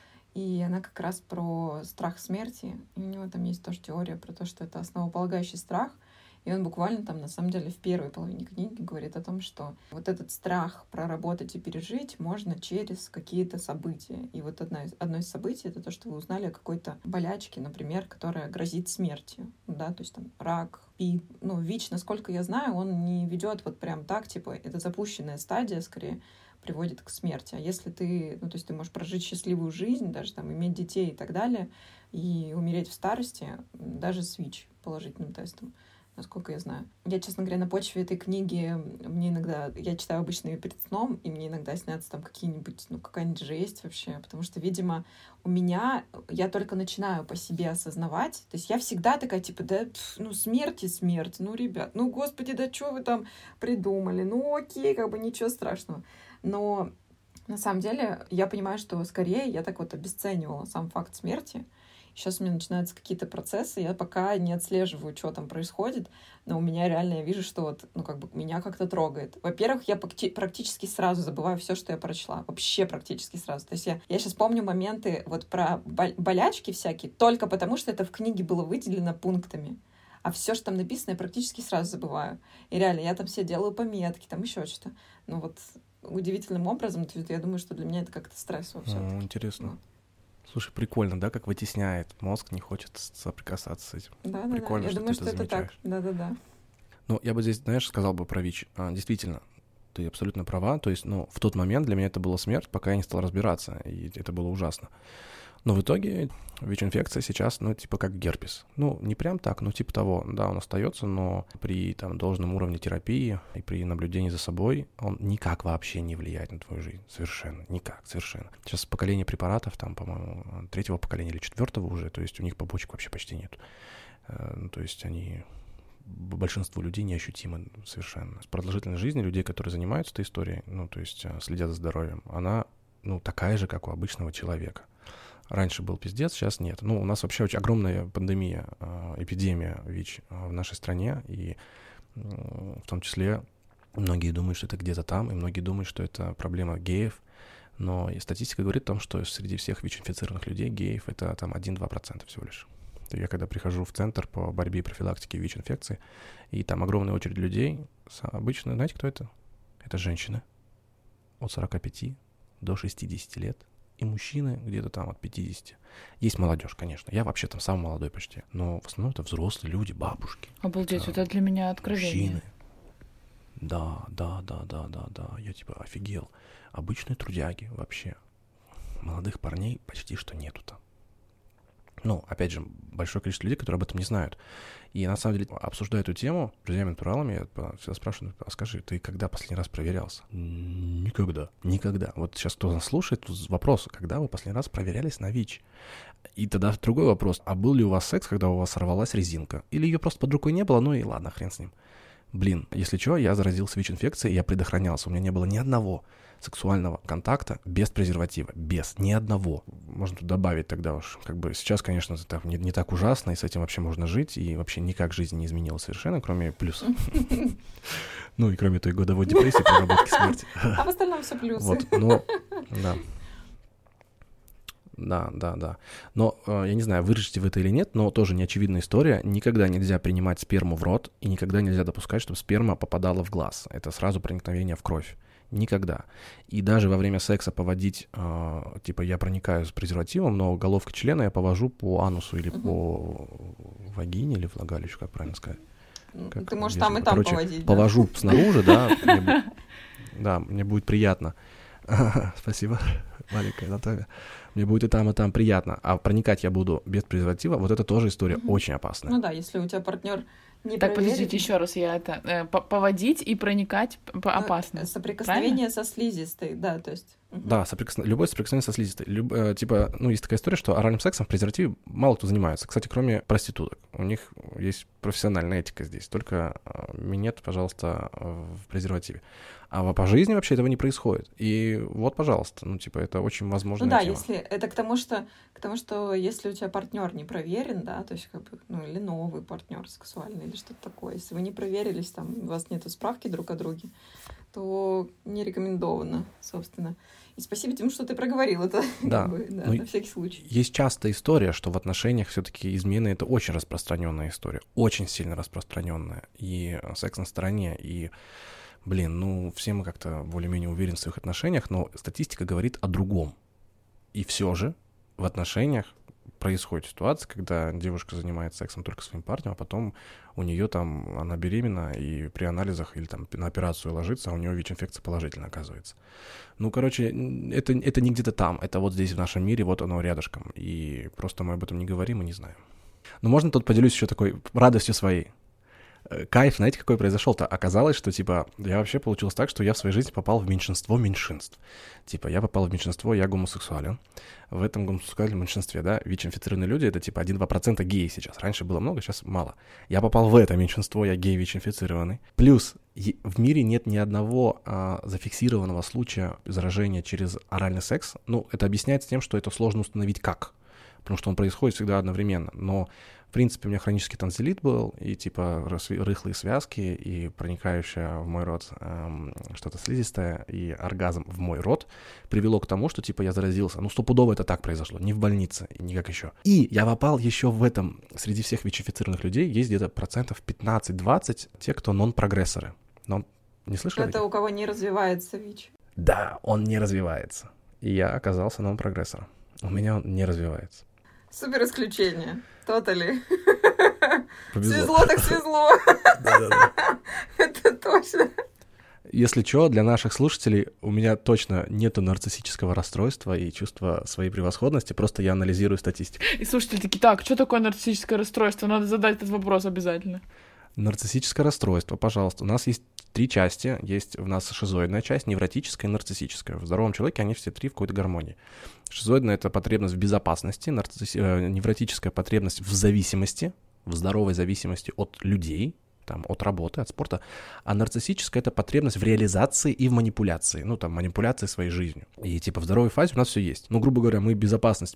и она как раз про страх смерти. И у него там есть тоже теория про то, что это основополагающий страх. И он буквально там, на самом деле, в первой половине книги говорит о том, что вот этот страх проработать и пережить можно через какие-то события. И вот одно из, одно из событий — это то, что вы узнали о какой-то болячке, например, которая грозит смертью. Да, то есть там рак, ПИ. Ну, ВИЧ, насколько я знаю, он не ведет вот прям так, типа, это запущенная стадия, скорее, приводит к смерти. А если ты, ну, то есть ты можешь прожить счастливую жизнь, даже там иметь детей и так далее, и умереть в старости, даже с ВИЧ положительным тестом, насколько я знаю. Я, честно говоря, на почве этой книги, мне иногда, я читаю обычно ее перед сном, и мне иногда снятся там какие-нибудь, ну, какая-нибудь жесть вообще, потому что, видимо, у меня, я только начинаю по себе осознавать, то есть я всегда такая, типа, да, пф, ну, смерть и смерть, ну, ребят, ну, господи, да что вы там придумали, ну, окей, как бы ничего страшного. Но на самом деле я понимаю, что скорее я так вот обесценивала сам факт смерти. Сейчас у меня начинаются какие-то процессы, я пока не отслеживаю, что там происходит, но у меня реально, я вижу, что вот, ну, как бы меня как-то трогает. Во-первых, я практически сразу забываю все, что я прочла. Вообще практически сразу. То есть я, я сейчас помню моменты вот про болячки всякие, только потому, что это в книге было выделено пунктами. А все, что там написано, я практически сразу забываю. И реально, я там все делаю пометки, там еще что-то. Ну вот удивительным образом, я думаю, что для меня это как-то стрессово все. О, интересно. Вот. Слушай, прикольно, да, как вытесняет. Мозг не хочет соприкасаться с этим. Да, прикольно, да, да. Я что думаю, ты что это, это так. Да-да-да. Ну, я бы здесь, знаешь, сказал бы про ВИЧ. А, действительно, ты абсолютно права. То есть, ну, в тот момент для меня это была смерть, пока я не стал разбираться, и это было ужасно. Но в итоге ВИЧ-инфекция сейчас, ну, типа как герпес. Ну, не прям так, но типа того. Да, он остается, но при там должном уровне терапии и при наблюдении за собой он никак вообще не влияет на твою жизнь. Совершенно. Никак, совершенно. Сейчас поколение препаратов, там, по-моему, третьего поколения или четвертого уже, то есть у них побочек вообще почти нет. То есть они большинству людей неощутима совершенно. Продолжительность жизни людей, которые занимаются этой историей, ну, то есть следят за здоровьем, она, ну, такая же, как у обычного человека. Раньше был пиздец, сейчас нет. Ну, у нас вообще очень огромная пандемия, эпидемия ВИЧ в нашей стране, и в том числе многие думают, что это где-то там, и многие думают, что это проблема геев, но и статистика говорит о том, что среди всех ВИЧ-инфицированных людей геев это там один-два процента всего лишь. Я когда прихожу в центр по борьбе и профилактике ВИЧ-инфекции, и там огромная очередь людей, обычно, знаете, кто это? Это женщины от сорока пяти до шестидесяти лет, и мужчины где-то там от пятидесяти. Есть молодежь, конечно. Я вообще там самый молодой почти. Но в основном это взрослые люди, бабушки. Обалдеть, это, вот это для меня откровение. Мужчины. Да, да, да, да, да, да. Я типа офигел. Обычные трудяги вообще. Молодых парней почти что нету там. Ну, опять же, большое количество людей, которые об этом не знают. И на самом деле, обсуждая эту тему с друзьями-натуралами, я всегда спрашиваю: а скажи, ты когда последний раз проверялся? Никогда. Никогда. Вот сейчас кто нас слушает, вопрос: когда вы последний раз проверялись на ВИЧ? И тогда другой вопрос: а был ли у вас секс, когда у вас сорвалась резинка? Или ее просто под рукой не было, ну и ладно, хрен с ним. Блин, если что, я заразился ВИЧ-инфекцией, я предохранялся. У меня не было ни одного сексуального контакта без презерватива. Без. Ни одного. Можно тут добавить тогда уж. Как бы сейчас, конечно, это не, не так ужасно, и с этим вообще можно жить, и вообще никак жизнь не изменилась совершенно, кроме плюсов. Ну и кроме той годовой депрессии, проработки смерти. А в остальном все плюсы. Вот, ну, да. Да, да, да. Но, э, я не знаю, вырежете вы это или нет, но тоже неочевидная история. Никогда нельзя принимать сперму в рот, и никогда нельзя допускать, чтобы сперма попадала в глаз. Это сразу проникновение в кровь. Никогда. И даже во время секса поводить, э, типа, я проникаю с презервативом, но головкой члена я повожу по анусу или uh-huh. по вагине, или влагалищу, как правильно сказать. Как, Ты можешь если, там и там короче, поводить. Повожу да? снаружи, да, мне, да, мне будет приятно. Спасибо, маленькая Наталья. Мне будет и там, и там приятно. А проникать я буду без презерватива. Вот это тоже история угу. очень опасная. Ну да, если у тебя партнер не Так, проверит... подождите, еще раз я это... Э, поводить и проникать опасно. Соприкосновение Правильно? Со слизистой, да, то есть... Угу. Да, соприкос... любое соприкосновение со слизистой. Люб... Э, типа, ну, есть такая история, что оральным сексом в презервативе мало кто занимается. Кстати, кроме проституток. У них есть профессиональная этика здесь. Только э, минет, пожалуйста, в презервативе. А по жизни вообще этого не происходит. И вот, пожалуйста, ну, типа, это очень возможная Ну да, тема. если это к тому, что к тому, что если у тебя партнер не проверен, да, то есть как бы, ну, или новый партнер сексуальный, или что-то такое, если вы не проверились, там, у вас нету справки друг о друге, то не рекомендовано, собственно. И спасибо, Тим, что ты проговорил это, да. как бы, да, ну, на всякий случай. Есть частая история, что в отношениях все-таки измены — это очень распространенная история, очень сильно распространенная. И секс на стороне, и блин, ну, все мы как-то более-менее уверены в своих отношениях, но статистика говорит о другом. И все же в отношениях происходит ситуация, когда девушка занимается сексом только своим парнем, а потом у нее там, она беременна, и при анализах или там на операцию ложится, а у нее ВИЧ-инфекция положительно оказывается. Ну, короче, это, это не где-то там, это вот здесь в нашем мире, вот оно рядышком. И просто мы об этом не говорим и не знаем. Но можно тут поделюсь еще такой радостью своей. Кайф, знаете, какой произошел-то? Оказалось, что, типа, я вообще получилось так, что я в своей жизни попал в меньшинство меньшинств. Типа, я попал в меньшинство, я гомосексуален. В этом гомосексуальном меньшинстве, да, ВИЧ-инфицированные люди — это, типа, один-два процента геи сейчас. Раньше было много, сейчас мало. Я попал в это меньшинство, я гей-ВИЧ-инфицированный. Плюс в мире нет ни одного а, зафиксированного случая заражения через оральный секс. Ну, это объясняется тем, что это сложно установить как. Потому что он происходит всегда одновременно. Но, в принципе, у меня хронический тонзиллит был, и, типа, рыхлые связки, и проникающая в мой рот эм, что-то слизистое, и оргазм в мой рот привело к тому, что, типа, я заразился. Ну, стопудово это так произошло, не в больнице, и никак еще. И я попал еще в этом, среди всех ВИЧ-инфицированных людей, есть где-то процентов пятнадцать-двадцать те, кто нон-прогрессоры. Но не слышали? Это у кого не развивается ВИЧ. Да, он не развивается. И я оказался нон-прогрессором. У меня он не развивается. Супер исключение. Тотали. Повезло. Свезло так свезло. Да-да-да. Это точно. Если что, для наших слушателей у меня точно нету нарциссического расстройства и чувства своей превосходности, просто я анализирую статистику. И слушатели такие: так, что такое нарциссическое расстройство? Надо задать этот вопрос обязательно. Нарциссическое расстройство, пожалуйста. У нас есть три части. Есть у нас шизоидная часть, невротическая и нарциссическая. В здоровом человеке они все три в какой-то гармонии. Шизоидная — это потребность в безопасности, нарцисс... невротическая потребность в зависимости, в здоровой зависимости от людей, там, от работы, от спорта, а нарциссическая — это потребность в реализации и в манипуляции, ну, там, манипуляции своей жизнью. И, типа, в здоровой фазе у нас все есть. Ну, грубо говоря, мы безопасность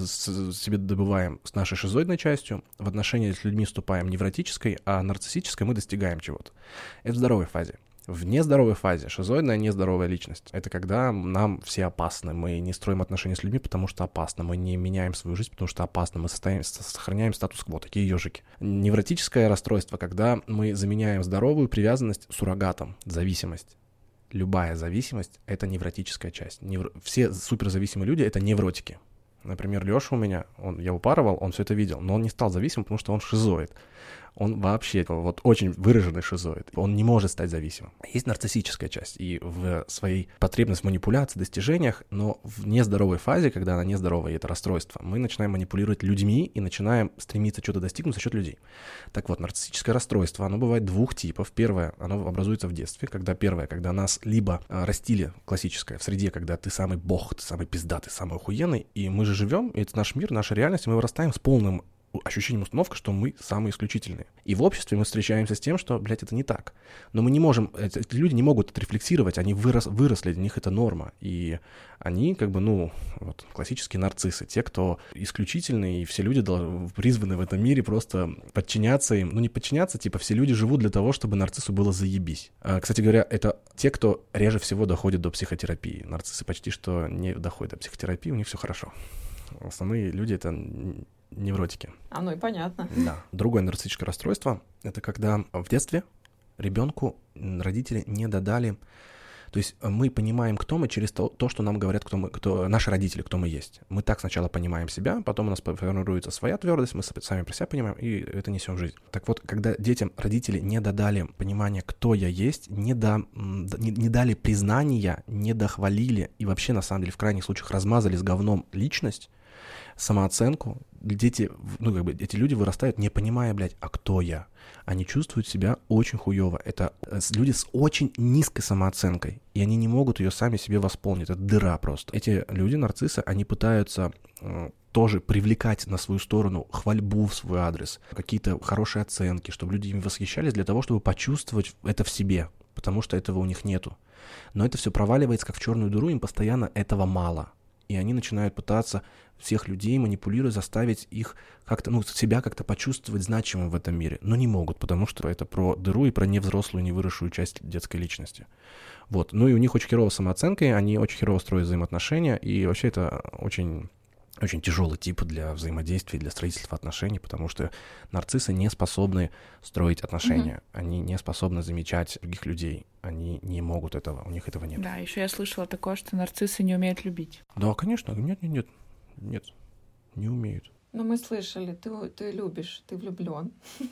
себе добываем с нашей шизоидной частью, в отношении с людьми вступаем невротической, а нарциссической мы достигаем чего-то. Это в здоровой фазе. В нездоровой фазе шизоидная нездоровая личность. Это когда нам все опасны. Мы не строим отношения с людьми, потому что опасно. Мы не меняем свою жизнь, потому что опасно. Мы состоим, сохраняем статус-кво. Такие ежики. Невротическое расстройство, когда мы заменяем здоровую привязанность суррогатом, зависимость. Любая зависимость — это невротическая часть. Невро... Все суперзависимые люди — это невротики. Например, Лёша у меня, он, я упарывал, он все это видел, но он не стал зависимым, потому что он шизоид. Он вообще вот очень выраженный шизоид. Он не может стать зависимым. Есть нарциссическая часть и в своей потребность в манипуляции, достижениях, но в нездоровой фазе, когда она нездоровая, и это расстройство, мы начинаем манипулировать людьми и начинаем стремиться что-то достигнуть за счет людей. Так вот, нарциссическое расстройство, оно бывает двух типов. Первое, оно образуется в детстве, когда первое, когда нас либо растили, классическое, в среде, когда ты самый бог, ты самый пиздатый, самый охуенный, и мы же живем, и это наш мир, наша реальность, и мы вырастаем с полным ощущением установки, что мы самые исключительные. И в обществе мы встречаемся с тем, что, блядь, это не так. Но мы не можем, эти люди не могут это рефлексировать, они вырос, выросли, для них это норма. И они, как бы, ну, вот, классические нарциссы, те, кто исключительные, и все люди должны, призваны в этом мире просто подчиняться им. Ну, не подчиняться, типа, все люди живут для того, чтобы нарциссу было заебись. А, кстати говоря, это те, кто реже всего доходит до психотерапии. Нарциссы почти что не доходят до психотерапии, у них все хорошо. Основные люди — это невротики. А, ну и понятно. Да. Другое нарциссическое расстройство — это когда в детстве ребенку родители не додали... То есть мы понимаем, кто мы, через то, то что нам говорят, кто мы, кто, наши родители, кто мы есть. Мы так сначала понимаем себя, потом у нас формируется своя твердость, мы сами про себя понимаем, и это несем в жизнь. Так вот, когда детям родители не додали понимания, кто я есть, не, до, не, не дали признания, не дохвалили и вообще, на самом деле, в крайних случаях размазали с говном личность, самооценку, дети, ну, как бы, эти люди вырастают, не понимая, блядь, а кто я? Они чувствуют себя очень хуёво. Это люди с очень низкой самооценкой, и они не могут ее сами себе восполнить. Это дыра просто. Эти люди, нарциссы, они пытаются э, тоже привлекать на свою сторону хвальбу в свой адрес, какие-то хорошие оценки, чтобы люди ими восхищались, для того, чтобы почувствовать это в себе, потому что этого у них нету. Но это все проваливается как в черную дыру, им постоянно этого мало. И они начинают пытаться всех людей манипулируя, заставить их как-то, ну, себя как-то почувствовать значимым в этом мире. Но не могут, потому что это про дыру и про невзрослую, невыросшую часть детской личности. Вот. Ну и у них очень херовая самооценка, они очень херово строят взаимоотношения, и вообще это очень... Очень тяжелый тип для взаимодействия, для строительства отношений, потому что нарциссы не способны строить отношения, mm-hmm. они не способны замечать других людей, они не могут этого, у них этого нет. Да, еще я слышала такое, что нарциссы не умеют любить. Да, конечно, нет, нет, нет, нет, не умеют. Но мы слышали, ты, ты любишь, ты влюблен.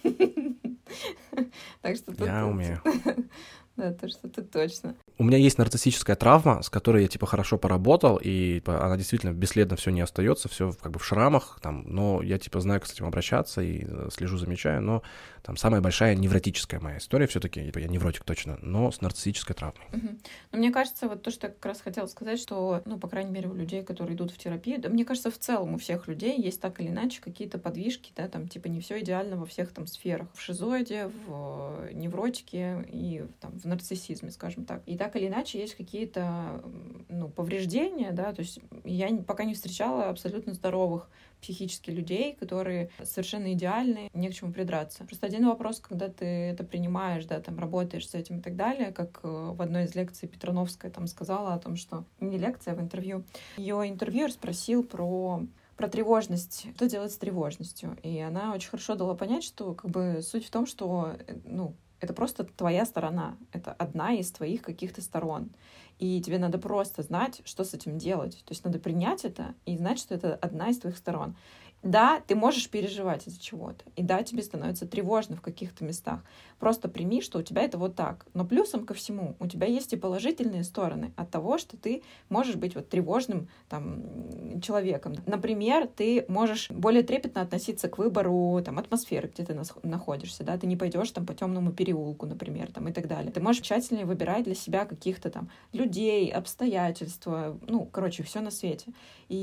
Так что тут... Я умею. Да, то, что ты точно. У меня есть нарциссическая травма, с которой я, типа, хорошо поработал, и она действительно бесследно все не остается, все как бы в шрамах, там, но я, типа, знаю, как с этим обращаться, и слежу, замечаю, но там самая большая невротическая моя история все-таки, типа, я невротик точно, но с нарциссической травмой. Угу. Но мне кажется, вот то, что я как раз хотела сказать, что, ну, по крайней мере, у людей, которые идут в терапию, да, мне кажется, в целом у всех людей есть так или иначе какие-то подвижки, да, там, типа, не все идеально во всех там сферах, в шизоиде, в невротике и там в нарциссизме, скажем так. И так или иначе есть какие-то, ну, повреждения, да, то есть я пока не встречала абсолютно здоровых психически людей, которые совершенно идеальны, не к чему придраться. Просто один вопрос, когда ты это принимаешь, да, там, работаешь с этим и так далее, как в одной из лекций Петрановская там сказала о том, что не лекция, а в интервью. Ее интервьюер спросил про про тревожность, что делать с тревожностью. И она очень хорошо дала понять, что как бы суть в том, что, ну, это просто твоя сторона. Это одна из твоих каких-то сторон. И тебе надо просто знать, что с этим делать. То есть надо принять это и знать, что это одна из твоих сторон. Да, ты можешь переживать из-за чего-то. И да, тебе становится тревожно в каких-то местах. Просто прими, что у тебя это вот так. Но плюсом ко всему у тебя есть и положительные стороны от того, что ты можешь быть вот тревожным там, человеком. Например, ты можешь более трепетно относиться к выбору там, атмосферы, где ты находишься. Да? Ты не пойдешь там, по темному переулку, например, там, и так далее. Ты можешь тщательнее выбирать для себя каких-то там людей, обстоятельства, ну, короче, все на свете. И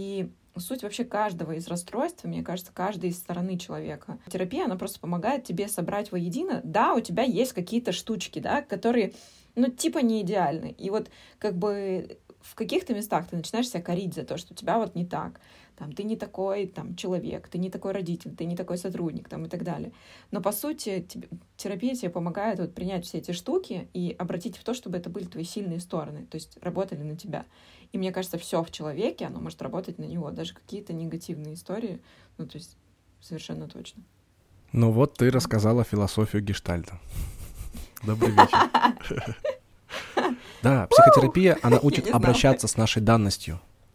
суть вообще каждого из расстройств, мне кажется, каждой из стороны человека. Терапия, она просто помогает тебе собрать воедино. Да, у тебя есть какие-то штучки, да, которые, ну, типа не идеальны. И вот как бы в каких-то местах ты начинаешь себя корить за то, что у тебя вот не так. Там, ты не такой там, человек, ты не такой родитель, ты не такой сотрудник там, и так далее. Но, по сути, тебе, терапия тебе помогает вот, принять все эти штуки и обратить в то, чтобы это были твои сильные стороны, то есть работали на тебя. И мне кажется, все в человеке, оно может работать на него, даже какие-то негативные истории, ну, то есть совершенно точно. Ну вот ты рассказала философию гештальта. Добрый вечер. Да, психотерапия, она учит обращаться с нашей данностью.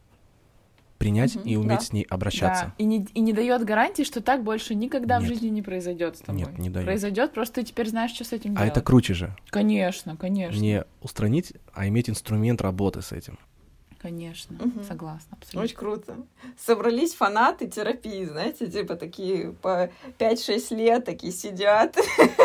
Принять и уметь с ней обращаться. И не, и не дает гарантии, что так больше никогда в жизни не произойдет с тобой. Нет, не дает. Произойдет, просто ты теперь знаешь, что с этим делать. А это круче же. Конечно, конечно. Не устранить, а иметь инструмент работы с этим. Конечно, угу. Согласна, абсолютно. Очень круто. Собрались фанаты терапии, знаете, типа такие по пять-шесть лет такие сидят.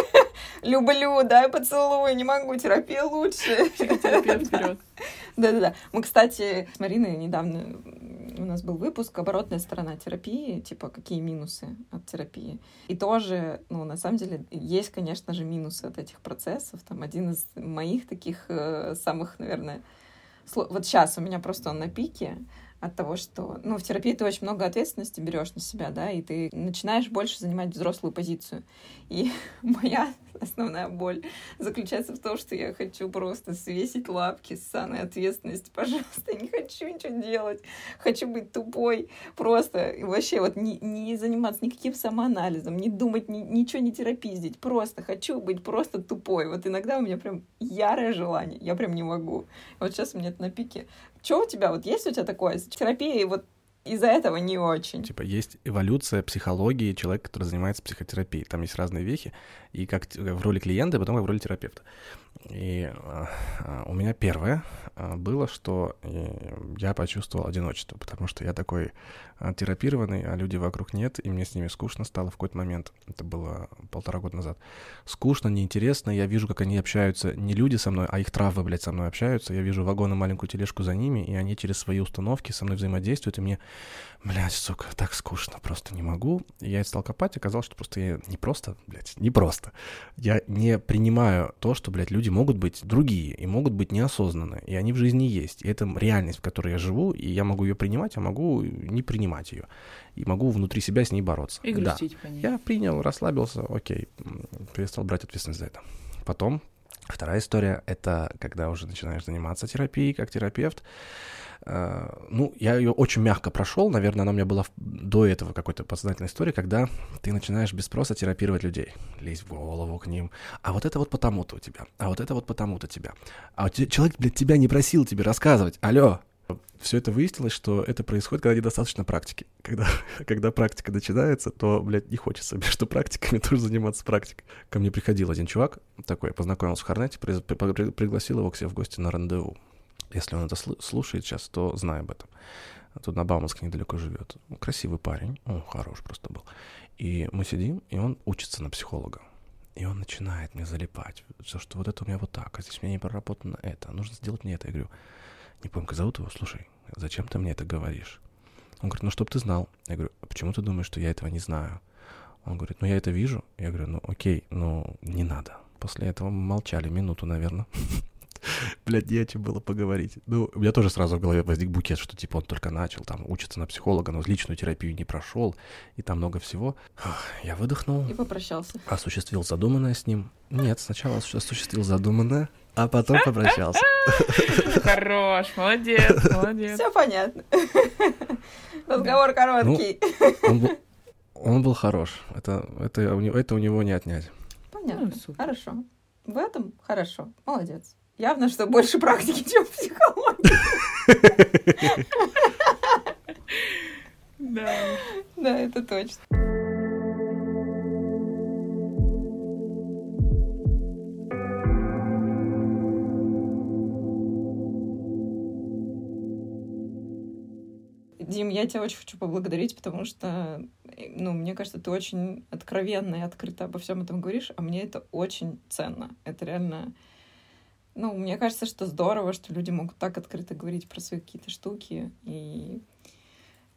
Люблю, дай поцелуй, не могу, терапия лучше. Терапия вперед. Да-да-да. Мы, кстати, с Мариной недавно у нас был выпуск «Оборотная сторона терапии», типа какие минусы от терапии. И тоже, ну, на самом деле, есть, конечно же, минусы от этих процессов. Там один из моих таких э, самых, наверное, вот сейчас у меня просто он на пике от того, что, ну, в терапии ты очень много ответственности берешь на себя, да, и ты начинаешь больше занимать взрослую позицию. И моя основная боль заключается в том, что я хочу просто свесить лапки с саной ответственности. Пожалуйста, я не хочу ничего делать. Хочу быть тупой просто. И вообще вот не, не заниматься никаким самоанализом, не думать, ни, ничего не терапиздить. Просто хочу быть просто тупой. Вот иногда у меня прям ярое желание. Я прям не могу. Вот сейчас у меня это на пике. Что у тебя? Вот есть у тебя такое? Терапия вот из-за этого не очень. Типа есть эволюция психологии человека, который занимается психотерапией. Там есть разные вехи, и как в роли клиента, и потом как в роли терапевта. И а, у меня первое а, было, что я почувствовал одиночество, потому что я такой а, терапированный, а люди вокруг нет, и мне с ними скучно стало в какой-то момент. Это было полтора года назад. Скучно, неинтересно, я вижу, как они общаются, не люди со мной, а их травы, блядь, со мной общаются. Я вижу вагон и маленькую тележку за ними, и они через свои установки со мной взаимодействуют, и мне, блядь, сука, так скучно, просто не могу. И я стал копать, и оказалось, что просто я не просто, блядь, не просто. Я не принимаю то, что, блядь, люди могут быть другие и могут быть неосознанные, и они в жизни есть. И это реальность, в которой я живу, и я могу ее принимать, а могу не принимать ее. И могу внутри себя с ней бороться. И грустить да. по ней. Я принял, расслабился, окей, перестал брать ответственность за это. Потом, вторая история, это когда уже начинаешь заниматься терапией как терапевт. Ну, я ее очень мягко прошел, наверное, она у меня была до этого какой-то подсознательной истории, когда ты начинаешь без спроса терапировать людей, лезть в голову к ним, а вот это вот потому-то у тебя, а вот это вот потому-то тебя, а человек, блядь, тебя не просил тебе рассказывать, алло. Все это выяснилось, что это происходит, когда недостаточно практики. Когда, когда практика начинается, то, блядь, не хочется между практиками тоже заниматься практикой. Ко мне приходил один чувак, такой, познакомился в Хорнете, при, при, пригласил его к себе в гости на рандеву. Если он это слушает сейчас, то знай об этом. Тут на Бауманской недалеко живет. Красивый парень, он хорош просто был. И мы сидим, и он учится на психолога. И он начинает мне залипать. Все, что вот это у меня вот так, а здесь у меня не проработано это, нужно сделать мне это. Я говорю, не помню, как зовут его, слушай, зачем ты мне это говоришь? Он говорит, ну, чтоб ты знал. Я говорю, а почему ты думаешь, что я этого не знаю? Он говорит, ну, я это вижу. Я говорю, ну, окей, ну, не надо. После этого мы молчали минуту, наверное. Блядь, не о чем было поговорить. Ну, у меня тоже сразу в голове возник букет, что, типа, он только начал там учиться на психолога, но личную терапию не прошел, и там много всего. Я выдохнул. И попрощался. Осуществил задуманное с ним. Нет, сначала осуществил задуманное, а потом попрощался. Хорош, молодец, молодец. Все понятно. Разговор короткий. Он был, он был хорош. Это, это, у него, это у него не отнять. Понятно. Ну, хорошо. В этом хорошо. Молодец. Явно, что больше практики, чем в психологии. Да. Да, это точно. Дим, я тебя очень хочу поблагодарить, потому что, ну, мне кажется, ты очень откровенно и открыто обо всем этом говоришь, а мне это очень ценно. Это реально... Ну, мне кажется, что здорово, что люди могут так открыто говорить про свои какие-то штуки. И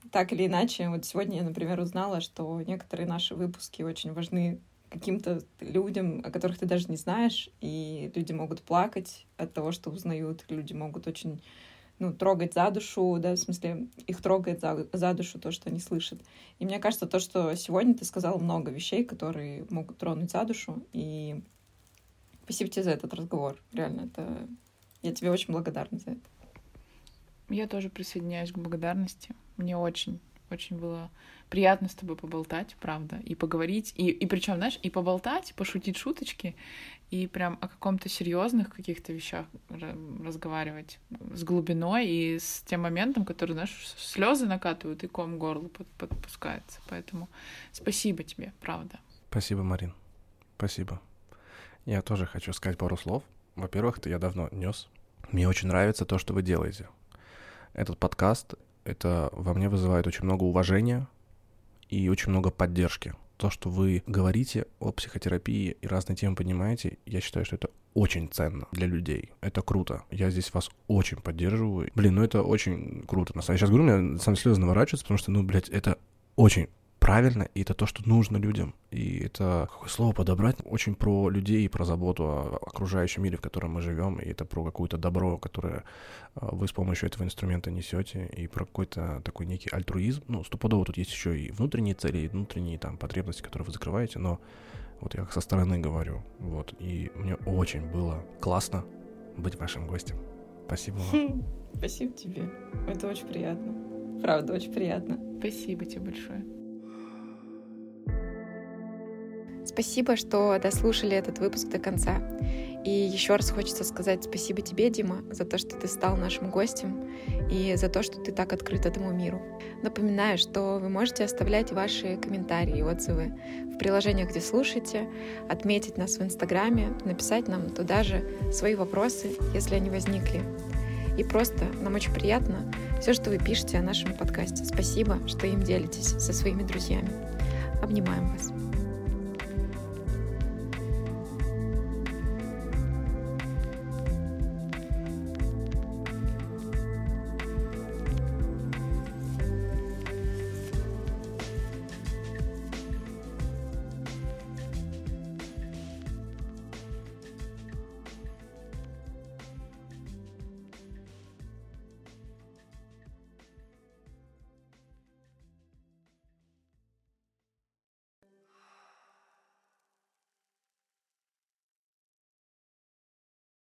так или иначе, вот сегодня я, например, узнала, что некоторые наши выпуски очень важны каким-то людям, о которых ты даже не знаешь, и люди могут плакать от того, что узнают, люди могут очень, ну, трогать за душу, да, в смысле, их трогает за, за душу то, что они слышат. И мне кажется, то, что сегодня ты сказала много вещей, которые могут тронуть за душу, и спасибо тебе за этот разговор, реально, это... я тебе очень благодарна за это. Я тоже присоединяюсь к благодарности. Мне очень, очень было приятно с тобой поболтать, правда, и поговорить, и, и причем, знаешь, и поболтать, и пошутить шуточки, и прям о каком-то серьезных каких-то вещах разговаривать с глубиной и с тем моментом, который, знаешь, слезы накатывают и ком к горлу под, подпускается. Поэтому спасибо тебе, правда. Спасибо, Марин. Спасибо. Я тоже хочу сказать пару слов. Во-первых, это я давно нес. Мне очень нравится то, что вы делаете. Этот подкаст, это во мне вызывает очень много уважения и очень много поддержки. То, что вы говорите о психотерапии и разные темы поднимаете, я считаю, что это очень ценно для людей. Это круто. Я здесь вас очень поддерживаю. Блин, ну это очень круто. Я сейчас говорю, у меня сам слезы наворачиваются, потому что, ну, блядь, это очень правильно, и это то, что нужно людям. И это, какое слово подобрать, очень про людей и про заботу о окружающем мире, в котором мы живем, и это про какое-то добро, которое вы с помощью этого инструмента несете, и про какой-то такой некий альтруизм. Ну, стопудово тут есть еще и внутренние цели, и внутренние там потребности, которые вы закрываете, но вот я как со стороны говорю, вот, и мне очень было классно быть вашим гостем. Спасибо вам. Спасибо тебе. Это очень приятно. Правда, очень приятно. Спасибо тебе большое. Спасибо, что дослушали этот выпуск до конца. И еще раз хочется сказать спасибо тебе, Дима, за то, что ты стал нашим гостем и за то, что ты так открыт этому миру. Напоминаю, что вы можете оставлять ваши комментарии и отзывы в приложениях, где слушаете, отметить нас в Инстаграме, написать нам туда же свои вопросы, если они возникли. И просто нам очень приятно все, что вы пишете о нашем подкасте. Спасибо, что им делитесь со своими друзьями. Обнимаем вас.